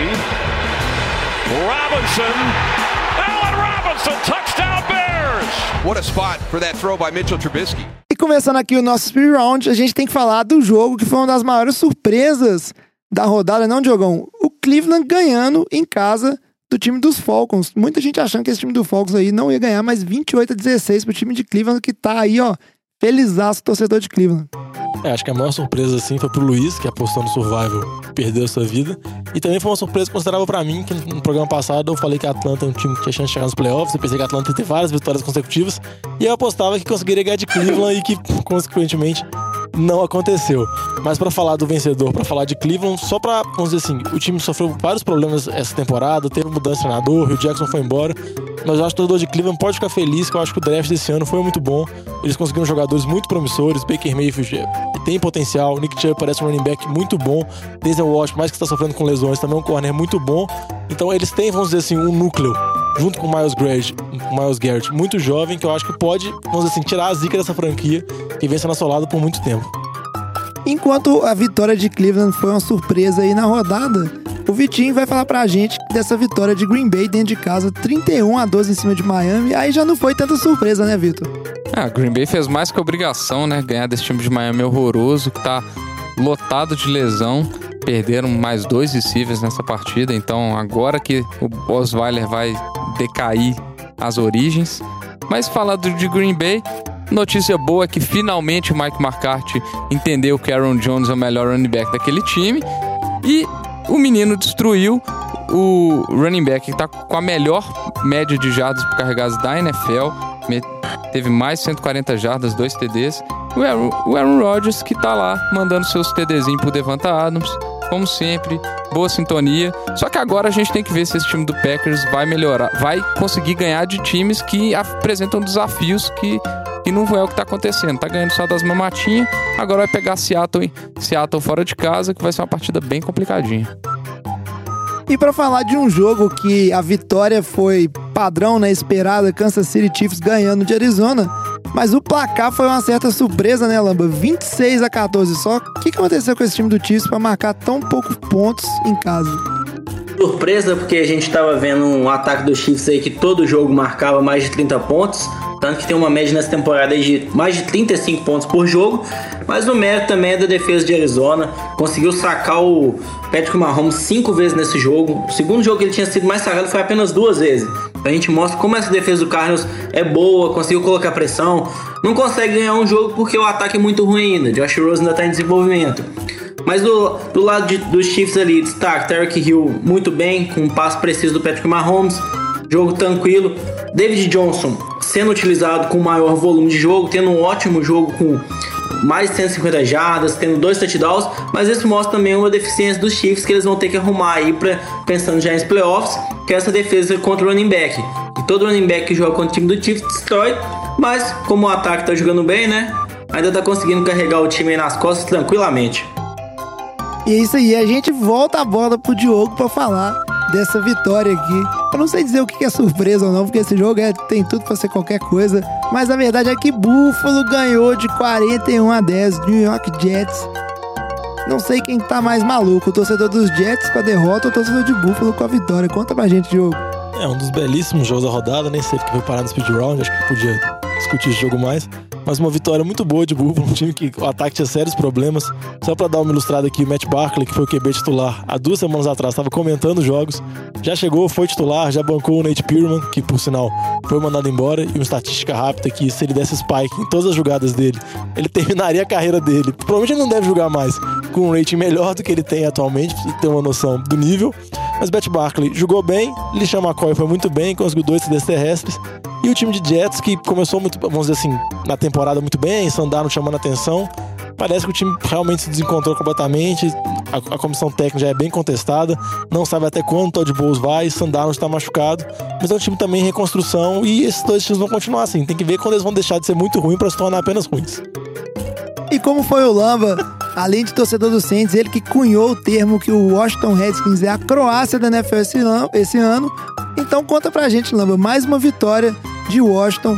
Robinson, Allen Robinson, touchdown Bears!
What a spot for that throw by Mitchell Trubisky.
E começando aqui o nosso speed round, a gente tem que falar do jogo que foi uma das maiores surpresas da rodada, não, Diogão? O Cleveland ganhando em casa do time dos Falcons. Muita gente achando que esse time do Falcons aí não ia ganhar, mas 28-16 pro time de Cleveland, que tá aí, ó, felizaço, torcedor de Cleveland.
Acho que a maior surpresa, assim, foi pro Luiz, que apostou no Survival, perdeu a sua vida. E também foi uma surpresa considerável pra mim, que no programa passado eu falei que a Atlanta é um time que tinha chance de chegar nos playoffs. Eu pensei que a Atlanta ia ter várias vitórias consecutivas. E eu apostava que conseguiria ganhar de Cleveland e que, consequentemente, não aconteceu. Mas pra falar do vencedor, pra falar de Cleveland, só pra, vamos dizer assim, o time sofreu vários problemas essa temporada, teve mudança de treinador, o Hugh Jackson foi embora. Mas eu acho que o torcedor de Cleveland pode ficar feliz, que eu acho que o draft desse ano foi muito bom. Eles conseguiram jogadores muito promissores, Baker Mayfield tem potencial, Nick Chubb parece um running back muito bom, Denzel Washington, mais que está sofrendo com lesões, também é um corner muito bom. Então eles têm, vamos dizer assim, um núcleo, junto com o Myles Garrett, muito jovem, que eu acho que pode, vamos dizer assim, tirar a zica dessa franquia que vem sendo assolada por muito tempo.
Enquanto a vitória de Cleveland foi uma surpresa aí na rodada, o Vitinho vai falar pra gente dessa vitória de Green Bay dentro de casa, 31-12 em cima de Miami. Aí já não foi tanta surpresa, né, Vitor?
Green Bay fez mais que obrigação, né? Ganhar desse time de Miami horroroso, que tá lotado de lesão. Perderam mais 2 receivers nessa partida, então agora que o Osweiler vai decair as origens. Mas falando de Green Bay, notícia boa é que finalmente o Mike McCarthy entendeu que Aaron Jones é o melhor running back daquele time. E o menino destruiu o running back que tá com a melhor média de jardas por carregadas da NFL. Teve mais de 140 jardas, 2 TDs. O Aaron Rodgers que tá lá mandando seus TDzinhos pro Devonta Adams. Como sempre, boa sintonia. Só que agora a gente tem que ver se esse time do Packers vai melhorar, vai conseguir ganhar de times que apresentam desafios que não é o que tá acontecendo. Tá ganhando só das mamatinhas. Agora vai pegar Seattle fora de casa, que vai ser uma partida bem complicadinha.
E pra falar de um jogo que a vitória foi padrão, né, esperada, Kansas City Chiefs ganhando de Arizona, mas o placar foi uma certa surpresa, né, Lamba? 26-14 só. O que aconteceu com esse time do Chiefs pra marcar tão poucos pontos em casa?
Surpresa, porque a gente tava vendo um ataque dos Chiefs aí que todo jogo marcava mais de 30 pontos. Tanto que tem uma média nessa temporada de mais de 35 pontos por jogo. Mas o mérito também é da defesa de Arizona. Conseguiu sacar o Patrick Mahomes 5 vezes nesse jogo. O segundo jogo que ele tinha sido mais sacado foi apenas 2 vezes. Então a gente mostra como essa defesa do Cardinals é boa, conseguiu colocar pressão. Não consegue ganhar um jogo porque o ataque é muito ruim ainda. Josh Rosen ainda está em desenvolvimento. Mas do lado dos Chiefs ali, destaque Tyreek Hill muito bem, com um passe preciso do Patrick Mahomes. Jogo tranquilo. David Johnson sendo utilizado com maior volume de jogo, tendo um ótimo jogo com mais de 150 jardas, tendo 2 touchdowns, mas isso mostra também uma deficiência dos Chiefs que eles vão ter que arrumar aí pensando já nos playoffs, que é essa defesa contra o running back. E todo running back que joga contra o time do Chiefs destrói, mas como o ataque tá jogando bem, né, ainda tá conseguindo carregar o time aí nas costas tranquilamente.
E é isso aí, a gente volta a bola pro Diogo pra falar dessa vitória aqui. Eu não sei dizer o que é surpresa ou não, porque esse jogo tem tudo pra ser qualquer coisa, mas a verdade é que Buffalo ganhou de 41-10 do New York Jets. Não sei quem tá mais maluco, o torcedor dos Jets com a derrota ou o torcedor de Buffalo com a vitória. Conta pra gente, Diogo.
É um dos belíssimos jogos da rodada, nem sei porque foi parar no speed round, acho que podia discutir esse jogo mais. Mas uma vitória muito boa de Buffalo, um time que o ataque tinha sérios problemas. Só pra dar uma ilustrada aqui, o Matt Barkley, que foi o QB titular há 2 semanas atrás, estava comentando os jogos, já chegou, foi titular, já bancou o Nate Pearman, que por sinal foi mandado embora, e uma estatística rápida que se ele desse spike em todas as jogadas dele, ele terminaria a carreira dele. Provavelmente ele não deve jogar mais com um rating melhor do que ele tem atualmente, pra você ter uma noção do nível. Mas Matt Barkley jogou bem, LeSean McCoy foi muito bem, conseguiu 2 TDs terrestres. E o time de Jets, que começou muito, vamos dizer assim, na temporada muito bem, Sam Darnold chamando a atenção. Parece que o time realmente se desencontrou completamente. A comissão técnica já é bem contestada. Não sabe até quando o Todd Bowles vai. Sam Darnold está machucado. Mas é um time também em reconstrução. E esses 2 times vão continuar assim. Tem que ver quando eles vão deixar de ser muito ruins para se tornar apenas ruins.
E como foi o Lamba, além de torcedor do Saints, ele que cunhou o termo que o Washington Redskins é a Croácia da NFL esse ano. Então conta pra gente, Lamba, mais uma vitória de Washington,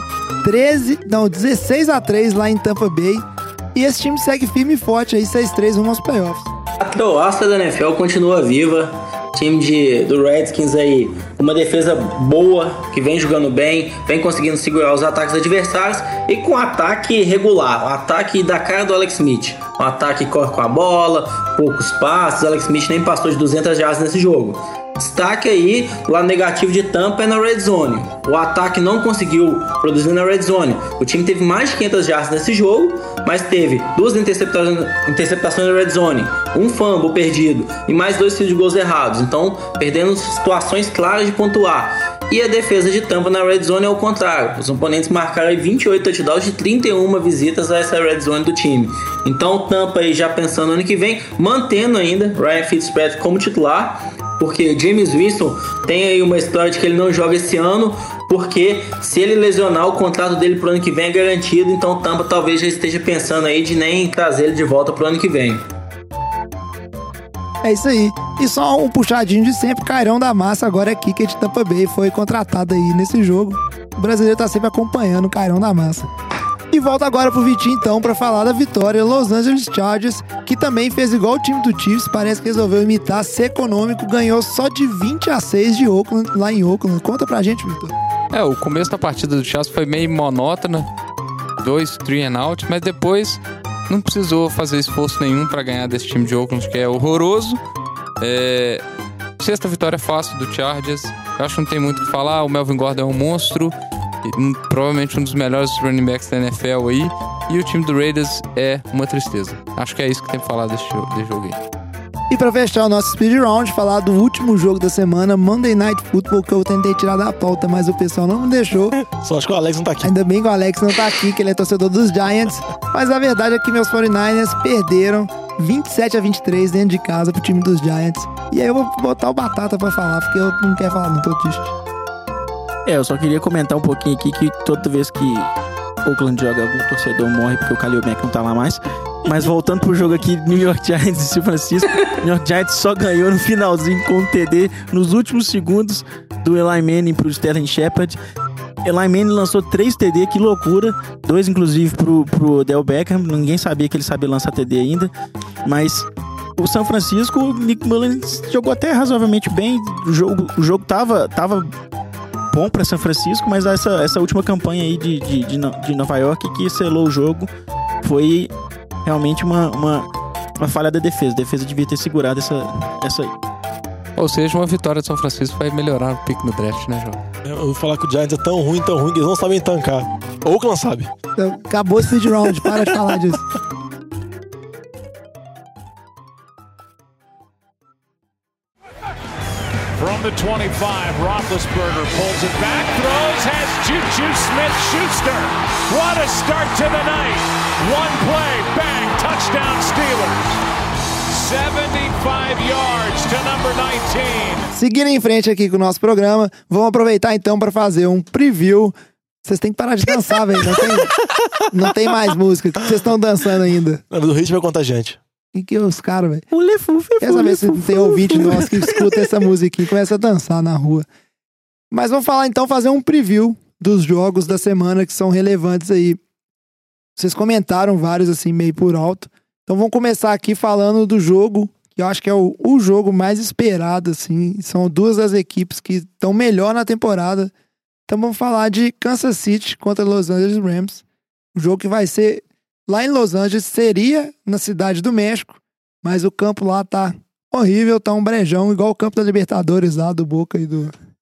16-3 lá em Tampa Bay. E esse time segue firme e forte aí, 6-3 rumo aos playoffs.
A Croácia da NFL continua viva. Time do Redskins aí, uma defesa boa, que vem jogando bem, vem conseguindo segurar os ataques adversários e com um ataque regular, um ataque da cara do Alex Smith. Um ataque que corre com a bola, poucos passes, Alex Smith nem passou de 200 jardas nesse jogo. Destaque aí, o lado negativo de Tampa é na Red Zone. O ataque não conseguiu produzir na Red Zone. O time teve mais de 500 jardas nesse jogo, mas teve 2 interceptações na Red Zone, um fumble perdido e mais 2 field goals errados. Então, perdendo situações claras de pontuar. E a defesa de Tampa na Red Zone é o contrário. Os oponentes marcaram aí 28 touchdowns de 31 visitas a essa Red Zone do time. Então, Tampa aí já pensando no ano que vem, mantendo ainda Ryan Fitzpatrick como titular, porque James Winston tem aí uma história de que ele não joga esse ano, porque se ele lesionar, o contrato dele pro ano que vem é garantido. Então Tampa talvez já esteja pensando aí de nem trazer ele de volta pro ano que vem.
É isso aí. E só um puxadinho de sempre, Cairão da Massa, agora é kicker de Tampa Bay, foi contratado aí nesse jogo. O brasileiro tá sempre acompanhando o Cairão da Massa. E volta agora pro Vitinho, então, pra falar da vitória Los Angeles Chargers, que também fez igual o time do Chiefs, parece que resolveu imitar, ser econômico, ganhou só de 20-6 de Oakland, lá em Oakland. Conta pra gente, Vitor.
O começo da partida do Chargers foi meio monótona, 2 3 and out, mas depois não precisou fazer esforço nenhum pra ganhar desse time de Oakland, que é horroroso. Sexta vitória fácil do Chargers, eu acho que não tem muito o que falar, o Melvin Gordon é um monstro, provavelmente um dos melhores running backs da NFL aí. E o time do Raiders é uma tristeza. Acho que é isso que tem que falar desse jogo aí.
E pra fechar o nosso speed round, falar do último jogo da semana, Monday Night Football, que eu tentei tirar da pauta, mas o pessoal não me deixou.
Só acho que o Alex não tá aqui.
Ainda bem que o Alex não tá aqui, que ele é torcedor dos Giants. Mas a verdade é que meus 49ers perderam 27-23 dentro de casa pro time dos Giants. E aí eu vou botar o Batata pra falar, porque eu não quero falar, não tô triste.
Eu só queria comentar um pouquinho aqui que toda vez que Oakland joga, algum torcedor morre porque o Khalil Mack não tá lá mais. Mas voltando pro jogo aqui, New York Giants e São Francisco, New York Giants só ganhou no finalzinho com o TD nos últimos segundos do Eli Manning pro Sterling Shepard. Eli Manning lançou 3 TD, que loucura. 2, inclusive, pro Odell Beckham. Ninguém sabia que ele sabia lançar TD ainda. Mas o São Francisco, o Nick Mullins jogou até razoavelmente bem. O jogo tava bom pra São Francisco, mas essa última campanha aí de Nova York que selou o jogo foi realmente uma falha da defesa. A defesa devia ter segurado essa aí.
Ou seja, uma vitória de São Francisco vai melhorar o pique no draft, né, João?
Eu vou falar que o Giants é tão ruim, que eles não sabem tancar. Oakland sabe.
Então, acabou o speed round, para de falar disso.
From the 25, Roethlisberger pulls it back, throws, has Juju Smith-Schuster. What a start to the night. One play, bang, touchdown Steelers. 75 yards to number 19.
Seguindo em frente aqui com o nosso programa, vamos aproveitar então para fazer um preview. Vocês têm que parar de dançar, velho. Não tem mais música. O que vocês estão dançando ainda?
O ritmo é contagiante.
E que os caras, velho? Quer saber se tem ouvinte nosso que escuta essa música e começa a dançar na rua. Mas vamos falar então, fazer um preview dos jogos da semana que são relevantes aí. Vocês comentaram vários assim, meio por alto. Então vamos começar aqui falando do jogo, que eu acho que é o jogo mais esperado, assim. São duas das equipes que estão melhor na temporada. Então vamos falar de Kansas City contra Los Angeles Rams. O jogo que vai ser lá em Los Angeles, seria na Cidade do México, mas o campo lá tá horrível, tá um brejão, igual o campo da Libertadores lá, do Boca e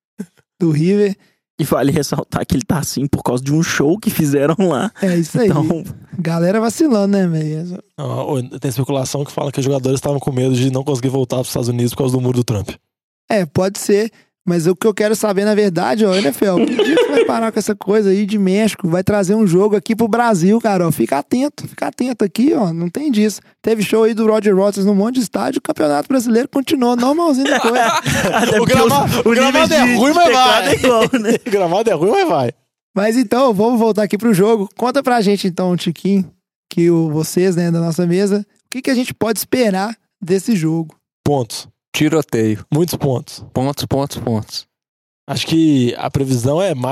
do River.
E vale ressaltar que ele tá assim por causa de um show que fizeram lá.
É isso aí.
Então...
Galera vacilando, né, velho?
Tem especulação que fala que os jogadores estavam com medo de não conseguir voltar para os Estados Unidos por causa do muro do Trump.
É, pode ser. Mas o que eu quero saber, na verdade, ó, NFL, que dia que vai parar com essa coisa aí de México? Vai trazer um jogo aqui pro Brasil, cara, ó. Fica atento aqui, ó. Não tem disso. Teve show aí do Roger Waters num monte de estádio, o Campeonato Brasileiro continuou normalzinho depois.
O gramado é ruim, mas vai. O gramado é ruim, mas vai.
Mas então, vamos voltar aqui pro jogo. Conta pra gente, então, Tiquinho, que vocês, né, da nossa mesa, o que a gente pode esperar desse jogo?
Pontos.
Tiroteio.
Muitos pontos.
Pontos.
Acho que a previsão é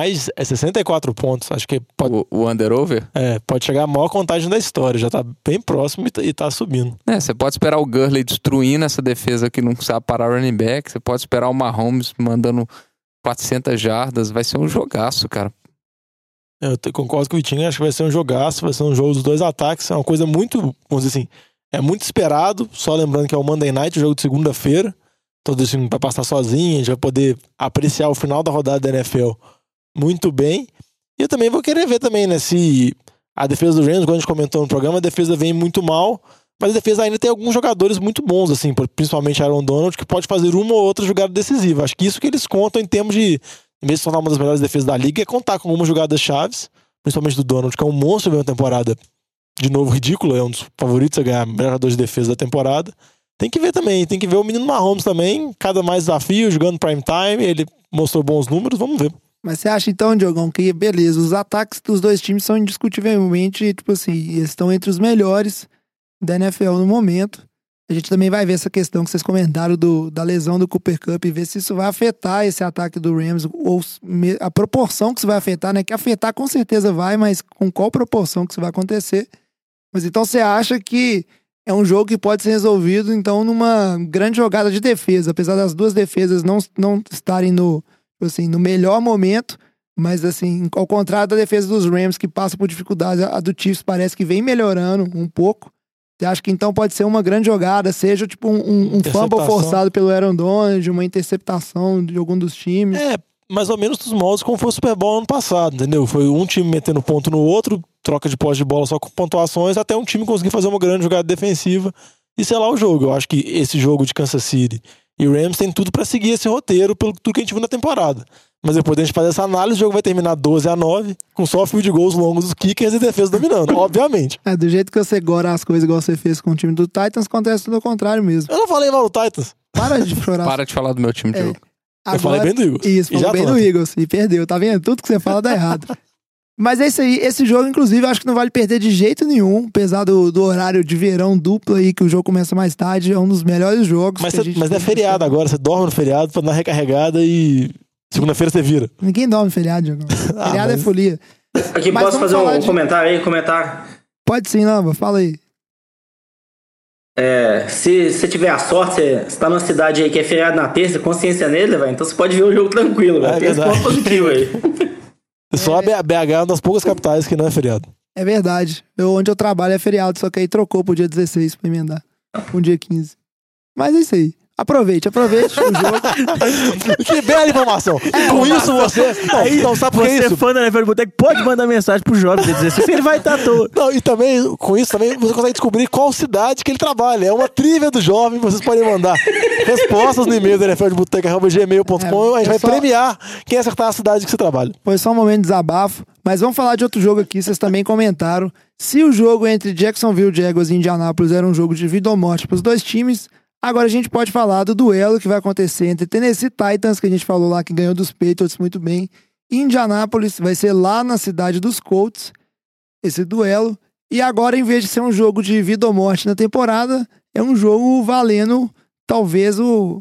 64 pontos. Acho que pode...
O under-over?
Pode chegar a maior contagem da história. Já tá bem próximo e tá subindo.
Você pode esperar o Gurley destruindo essa defesa que não sabe parar o running back. Você pode esperar o Mahomes mandando 400 jardas. Vai ser um jogaço, cara.
Eu concordo com o Vitinho. Acho que vai ser um jogaço. Vai ser um jogo dos dois ataques. É uma coisa muito, vamos dizer assim, é muito esperado, só lembrando que é o Monday Night, o jogo de segunda-feira. Todo isso vai passar sozinho, a gente vai poder apreciar o final da rodada da NFL muito bem. E eu também vou querer ver também, né, se a defesa do Rams, como a gente comentou no programa, a defesa vem muito mal, mas a defesa ainda tem alguns jogadores muito bons, assim, principalmente Aaron Donald, que pode fazer uma ou outra jogada decisiva. Acho que isso que eles contam em termos de, em vez de se tornar uma das melhores defesas da liga, é contar com algumas jogadas chaves, principalmente do Donald, que é um monstro de uma temporada de novo ridículo, é um dos favoritos a ganhar melhor jogador de defesa da temporada. Tem que ver também, tem que ver o menino Mahomes também, cada mais desafio, jogando prime time, ele mostrou bons números, vamos ver.
Mas você acha então, Diogão, que beleza, os ataques dos dois times são indiscutivelmente, tipo assim, eles estão entre os melhores da NFL no momento. A gente também vai ver essa questão que vocês comentaram da lesão do Cooper Kupp e ver se isso vai afetar esse ataque do Rams, ou a proporção que isso vai afetar, né? Que afetar com certeza vai, mas com qual proporção que isso vai acontecer. Mas então você acha que é um jogo que pode ser resolvido, então, numa grande jogada de defesa, apesar das duas defesas não estarem no melhor momento, mas assim, ao contrário da defesa dos Rams, que passa por dificuldades, a do Chiefs parece que vem melhorando um pouco. Você acha que então pode ser uma grande jogada, seja tipo um fumble forçado pelo Aaron Donald, uma interceptação de algum dos times?
Mais ou menos dos moldes como foi o Super Bowl ano passado, entendeu? Foi um time metendo ponto no outro, troca de posse de bola só com pontuações, até um time conseguir fazer uma grande jogada defensiva e selar o jogo. Eu acho que esse jogo de Kansas City e Rams tem tudo pra seguir esse roteiro pelo tudo que a gente viu na temporada. Mas depois da gente fazer essa análise, o jogo vai terminar 12-9, com só field goals longos dos kickers e defesa dominando, obviamente.
Do jeito que você gora as coisas igual você fez com o time do Titans, acontece tudo ao contrário mesmo.
Eu não falei mal do Titans.
Para de chorar.
Para de falar do meu time de jogo.
Eu falei bem do Eagles.
Isso, falou bem do Eagles. E perdeu, tá vendo? Tudo que você fala dá errado. Mas é isso aí. Esse jogo, inclusive, eu acho que não vale perder de jeito nenhum. Apesar do horário de verão duplo aí, que o jogo começa mais tarde. É um dos melhores jogos.
Mas é feriado agora. Você dorme no feriado pra dar uma recarregada e segunda-feira você vira.
Ninguém dorme no feriado, Diogão. Feriado é folia.
Aqui,
Mas
posso fazer um
de...
comentário aí? Comentário.
Pode sim, Lamba. Fala aí.
Se você tiver a sorte, você tá numa cidade aí que é feriado na terça, consciência nele, velho. Então você pode ver o jogo tranquilo, velho. Tem esse ponto positivo aí.
Só a BH é uma das poucas capitais que não é feriado.
É verdade. Onde eu trabalho é feriado, só que aí trocou pro dia 16 pra emendar. Um dia 15. Mas é isso aí. Aproveite o jogo.
Que bela informação. Com isso você... Não, sabe por que isso?
Você fã da NFL Boteco pode mandar mensagem pro jovem dia 16, ele vai estar todo.
Não, e também, com isso também, você consegue descobrir qual cidade que ele trabalha. É uma trivia do jovem, vocês podem mandar respostas no e-mail da nflboteco@gmail.com. A gente vai premiar quem acertar a cidade que você trabalha.
Foi só um momento de desabafo. Mas vamos falar de outro jogo aqui, vocês também comentaram. Se o jogo entre Jacksonville Jaguars e Indianapolis era um jogo de vida ou morte pros dois times, agora a gente pode falar do duelo que vai acontecer entre Tennessee Titans, que a gente falou lá que ganhou dos Patriots muito bem, e Indianapolis. Vai ser lá na cidade dos Colts, esse duelo. E agora, em vez de ser um jogo de vida ou morte na temporada, é um jogo valendo talvez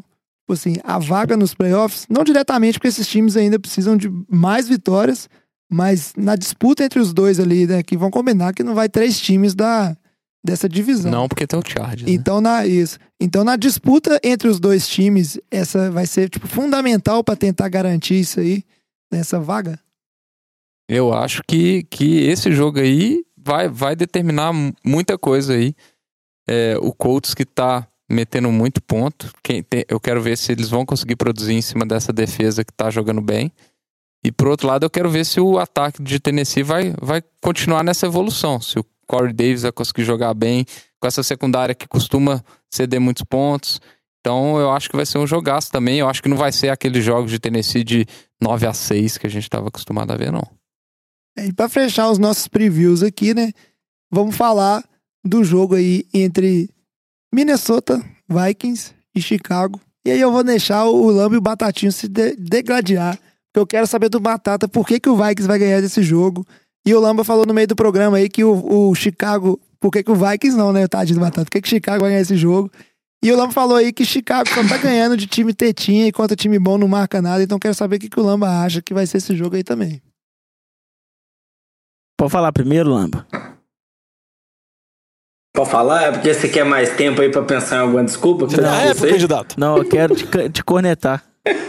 a vaga nos playoffs. Não diretamente, porque esses times ainda precisam de mais vitórias, mas na disputa entre os dois ali, né, que vão combinar que não vai 3 times dessa divisão.
Não, porque tem o Chargers.
Então, Então, na disputa entre os dois times, essa vai ser fundamental para tentar garantir isso aí, nessa vaga.
Eu acho que esse jogo aí vai determinar muita coisa aí. O Colts que tá metendo muito ponto. Eu quero ver se eles vão conseguir produzir em cima dessa defesa que tá jogando bem. E por outro lado, eu quero ver se o ataque de Tennessee vai continuar nessa evolução. Se o Corey Davis vai conseguir jogar bem com essa secundária que costuma ceder muitos pontos. Então eu acho que vai ser um jogaço também. Eu acho que não vai ser aqueles jogos de Tennessee de 9-6 que a gente estava acostumado a ver, não.
E para fechar os nossos previews aqui, né? Vamos falar do jogo aí entre Minnesota Vikings e Chicago. E aí eu vou deixar o Lambo e o Batatinho se degladiar. Porque eu quero saber do Batata por que o Vikings vai ganhar desse jogo. E o Lamba falou no meio do programa aí que o Chicago... Por que o Vikings não, né? Tadinho do Batata. Por que o Chicago vai ganhar esse jogo? E o Lamba falou aí que Chicago só tá ganhando de time tetinha, enquanto time bom não marca nada. Então quero saber o que o Lamba acha que vai ser esse jogo aí também.
Pode falar primeiro, Lamba?
Pode falar? É porque você quer mais tempo aí pra pensar em alguma desculpa?
Pro candidato.
Não, eu quero te cornetar.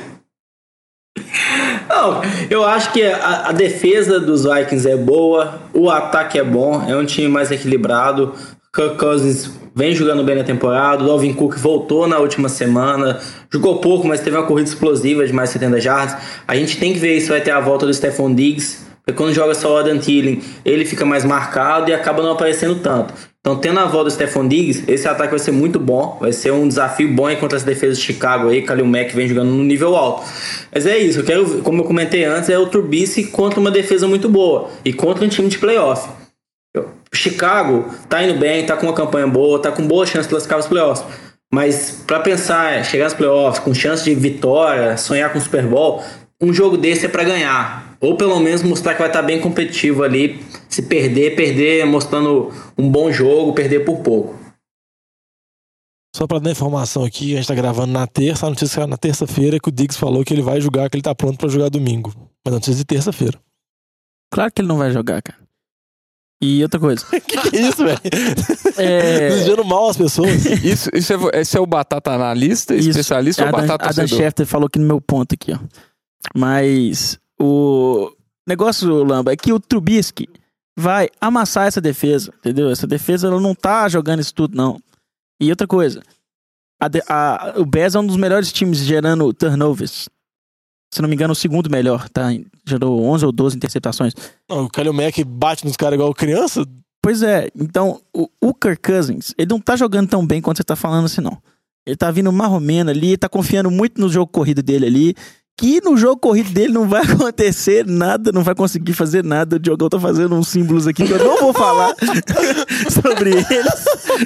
Não, eu acho que a defesa dos Vikings é boa, o ataque é bom, é um time mais equilibrado. Kirk Cousins vem jogando bem na temporada, o Dalvin Cook voltou na última semana, jogou pouco, mas teve uma corrida explosiva de mais 70 jardas. A gente tem que ver se vai ter a volta do Stephon Diggs, porque quando joga só o Adam Thielen, ele fica mais marcado e acaba não aparecendo tanto. Então, tendo a volta do Stephon Diggs, esse ataque vai ser muito bom, vai ser um desafio bom contra as defesas de Chicago aí, Khalil Mack vem jogando no nível alto. Mas é isso, eu quero, como eu comentei antes, é o Trubisky contra uma defesa muito boa e contra um time de playoff. O Chicago tá indo bem, tá com uma campanha boa, tá com boa chance de classificar os playoffs. Mas para pensar, chegar nos playoffs com chance de vitória, sonhar com o Super Bowl, um jogo desse é para ganhar. Ou pelo menos mostrar que vai estar bem competitivo ali. Se perder mostrando um bom jogo, perder por pouco.
Só pra dar informação aqui, a gente tá gravando na terça, a notícia saiu na terça-feira que o Diggs falou que ele vai jogar, que ele tá pronto pra jogar domingo. Mas a notícia de terça-feira.
Claro que ele não vai jogar, cara. E outra coisa.
que é isso, velho? Desejando mal as pessoas.
Esse é o Batata analista, especialista ou Batata torcedor?
Adam Schefter falou aqui no meu ponto aqui, ó. Mas o negócio, Lamba, é que o Trubisky vai amassar essa defesa, entendeu? Essa defesa ela não tá jogando isso tudo, não. E outra coisa, o Bears é um dos melhores times gerando turnovers. Se não me engano, o segundo melhor, tá? Gerou 11 ou 12 interceptações.
Não, o Khalil Mack bate nos caras igual criança?
Pois é, então o Kirk Cousins, ele não tá jogando tão bem quanto você tá falando assim, não. Ele tá vindo marromeno ali, tá confiando muito no jogo corrido dele ali, que no jogo corrido dele não vai acontecer nada, não vai conseguir fazer nada. O Diogão tá fazendo uns símbolos aqui que eu não vou falar sobre eles.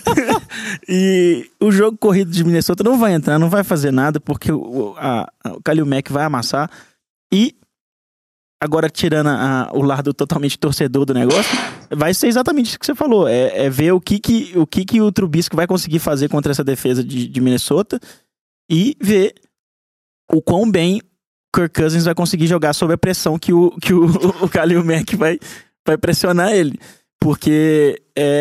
E o jogo corrido de Minnesota não vai entrar, não vai fazer nada, porque o Khalil Mack vai amassar. E agora tirando o lado totalmente torcedor do negócio, vai ser exatamente isso que você falou. É ver o que o Trubisky vai conseguir fazer contra essa defesa de Minnesota e ver o quão bem Kirk Cousins vai conseguir jogar sob a pressão que o Khalil Mack vai pressionar ele. Porque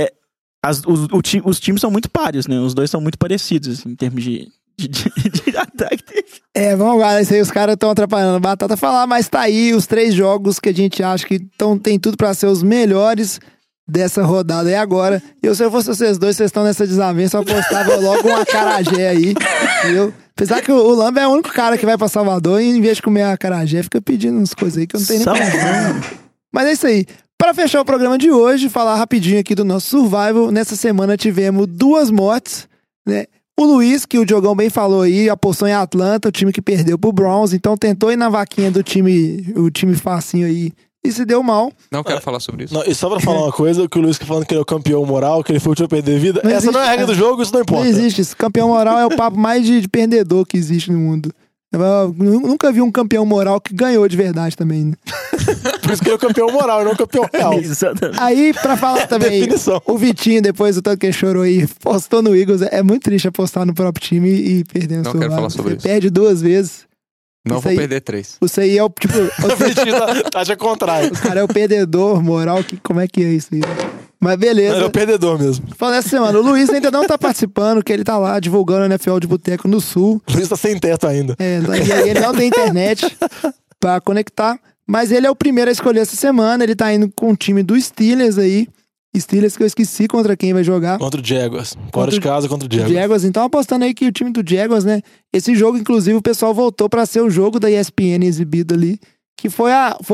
os times são muito páreos, né? Os dois são muito parecidos, assim, em termos de ataque.
Vamos lá, isso aí os caras estão atrapalhando a Batata falar, mas tá aí os 3 jogos que a gente acha que tem tudo pra ser os melhores dessa rodada aí agora. Se eu fosse vocês dois, vocês estão nessa desavença, eu apostava logo um acarajé aí, entendeu? Apesar que o Lamba é o único cara que vai pra Salvador e em vez de comer acarajé, fica pedindo umas coisas aí que eu não tenho nem como. Mas é isso aí. Para fechar o programa de hoje, falar rapidinho aqui do nosso Survival. Nessa semana tivemos 2 mortes, né? O Luiz, que o Diogão bem falou aí, apostou em Atlanta, o time que perdeu pro Browns, então tentou ir na vaquinha do time, o time facinho aí, e se deu mal.
Não quero falar sobre isso.
Não, e só pra falar uma coisa, que o Luiz que falando que ele é o campeão moral, que ele foi o último a perder vida,
Não
essa
existe,
não é a regra do jogo, isso não importa.
Não existe isso. Campeão moral é o papo mais de perdedor que existe no mundo. Eu nunca vi um campeão moral que ganhou de verdade também, né?
Por isso que ele é o campeão moral e não o campeão real.
Exatamente.
Aí, pra falar também,
Definição.
o Vitinho, depois do tanto que ele chorou aí, postou no Eagles. É muito triste apostar no próprio time e perder no
Não quero falar sobre
Você
isso.
perde 2 vezes.
Não
Isso
vou
aí-
perder 3.
Isso aí é o tipo.
O Vitinho tá de contrário.
O cara é o perdedor moral. Como é que é isso aí? Mas beleza.
Ele é o perdedor mesmo.
Falando essa semana, o Luiz ainda não tá participando, que ele tá lá divulgando a NFL de Boteco no Sul.
O Luiz tá sem teto ainda.
E aí ele não tem internet pra conectar. Mas ele é o primeiro a escolher essa semana. Ele tá indo com o time do Steelers aí. Steelers que eu esqueci contra quem vai jogar.
Contra o Jaguars. Fora de casa contra o Jaguars.
Jaguars. Então apostando aí que o time do Jaguars, né? Esse jogo, inclusive, o pessoal voltou pra ser o jogo da ESPN exibido ali. Que foi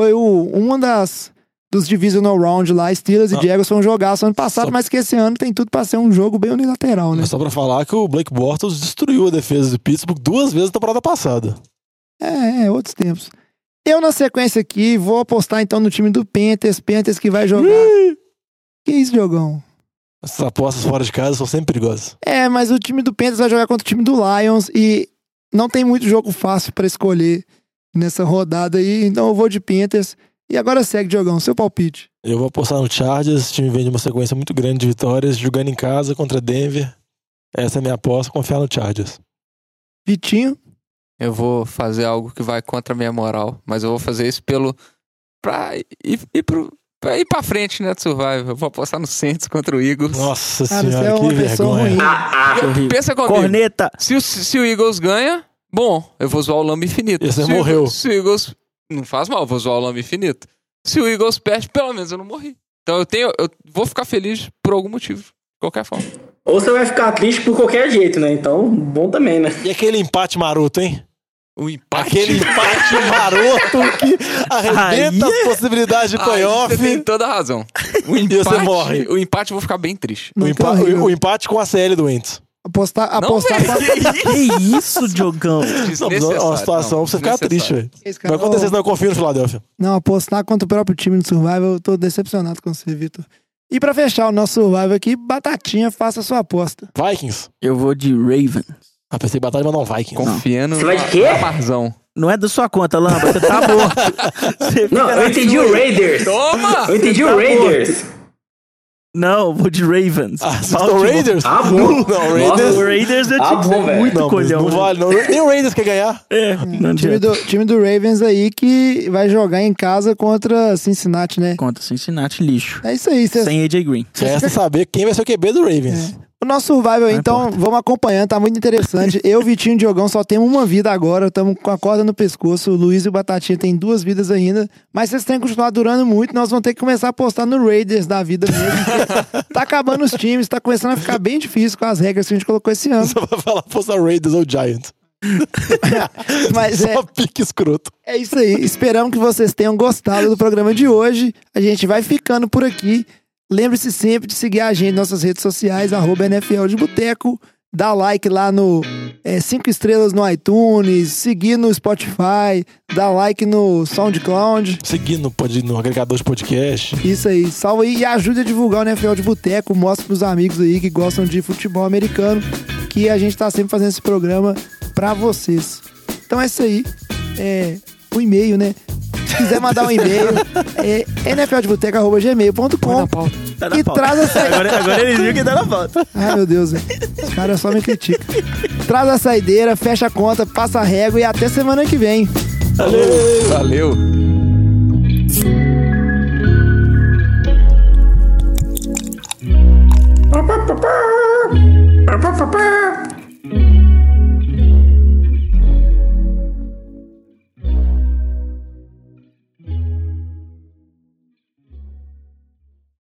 dos Divisional Round lá. Steelers e Jaguars foi um jogaço ano passado, mas que esse ano tem tudo pra ser um jogo bem unilateral, né?
Mas só pra falar que o Blake Bortles destruiu a defesa do Pittsburgh 2 vezes na temporada passada.
Outros tempos. Eu, na sequência aqui, vou apostar então no time do Panthers que vai jogar. Que isso, Diogão?
Essas apostas fora de casa são sempre perigosas.
Mas o time do Panthers vai jogar contra o time do Lions e não tem muito jogo fácil pra escolher nessa rodada aí, então eu vou de Panthers. E agora segue, Diogão, seu palpite.
Eu vou apostar no Chargers, o time vem de uma sequência muito grande de vitórias, jogando em casa contra Denver. Essa é a minha aposta, confiar no Chargers.
Vitinho?
Eu vou fazer algo que vai contra a minha moral, mas eu vou fazer isso pra ir pra frente, né, do Survival. Eu vou apostar no Saints contra o Eagles.
Nossa
Cara, você
senhora,
é uma
que
pessoa
vergonha.
ruim.
Pensa comigo.
Corneta!
Se o Eagles ganha, bom, eu vou zoar o Lamba Infinito.
Você
Se o
morreu.
Se o Eagles... Não faz mal, eu vou zoar o Lamba Infinito. Se o Eagles perde, pelo menos eu não morri. Então eu vou ficar feliz por algum motivo, de qualquer forma.
Ou você vai ficar triste por qualquer jeito, né? Então, bom também, né?
E aquele empate maroto, hein?
O empate...
Aquele empate maroto que arrebenta as possibilidades de playoff.
Você tem toda a razão. O
E você morre.
O empate eu vou ficar bem triste.
O empate com a CL do Wentz.
Apostar
Que isso, Diogão?
É uma situação pra você ficar triste, velho. Vai acontecer isso, não. Eu confio no Philadelphia.
Não, apostar contra o próprio time no Survival, eu tô decepcionado com você, Vitor. E pra fechar o nosso Survival aqui, Batatinha, faça a sua aposta.
Vikings.
Eu vou de Ravens.
Pensei Batalha, mas não Vikings.
Confiando
Você vai de quê?
na Marzão.
Não é da sua conta, Lamba, você tá morto. Você fica
Não,
na
eu entendi
sua.
o Raiders.
Toma!
Eu entendi o Raiders.
Não, eu vou de Ravens.
Vocês estão Raiders?
Ah, bom.
Não, Raiders.
O Raiders eu
Ah,
tinha que ser
bom, velho.
muito
Não, mas
colhão.
não vale, não. Nem o Raiders quer ganhar.
Não adianta.
Time do Ravens aí que vai jogar em casa contra Cincinnati, né?
Contra Cincinnati, lixo.
É isso aí.
Sem AJ Green.
Resta saber quem vai ser o QB do Ravens.
O nosso Survival aí, então, vamos acompanhando, tá muito interessante. Eu, Vitinho e Diogão só temos uma vida agora, estamos com a corda no pescoço. O Luiz e o Batatinha tem 2 vidas ainda. Mas vocês têm que continuar durando muito, nós vamos ter que começar a apostar no Raiders da vida mesmo. Tá acabando os times, tá começando a ficar bem difícil com as regras que a gente colocou esse ano.
Só vai falar fosse Raiders ou Giants.
Mas
Só pique escroto.
é isso aí. Esperamos que vocês tenham gostado do programa de hoje. A gente vai ficando por aqui. Lembre-se sempre de seguir a gente nas nossas redes sociais, @NFL de Boteco. Dá like lá no 5 estrelas no iTunes, seguir no Spotify, dá like no SoundCloud.
Seguir no agregador de podcast.
Isso aí, salva aí e ajude a divulgar o NFL de Boteco. Mostre pros amigos aí que gostam de futebol americano que a gente tá sempre fazendo esse programa pra vocês. Então é isso aí. O e-mail, né? Se quiser mandar um e-mail, é nfldeboteco@gmail.com e traz a saideira.
Agora ele viu que tá na pauta.
Ai, meu Deus, velho. Os caras só me criticam. Traz a saideira, fecha a conta, passa a régua e até semana que vem.
Valeu.
Valeu.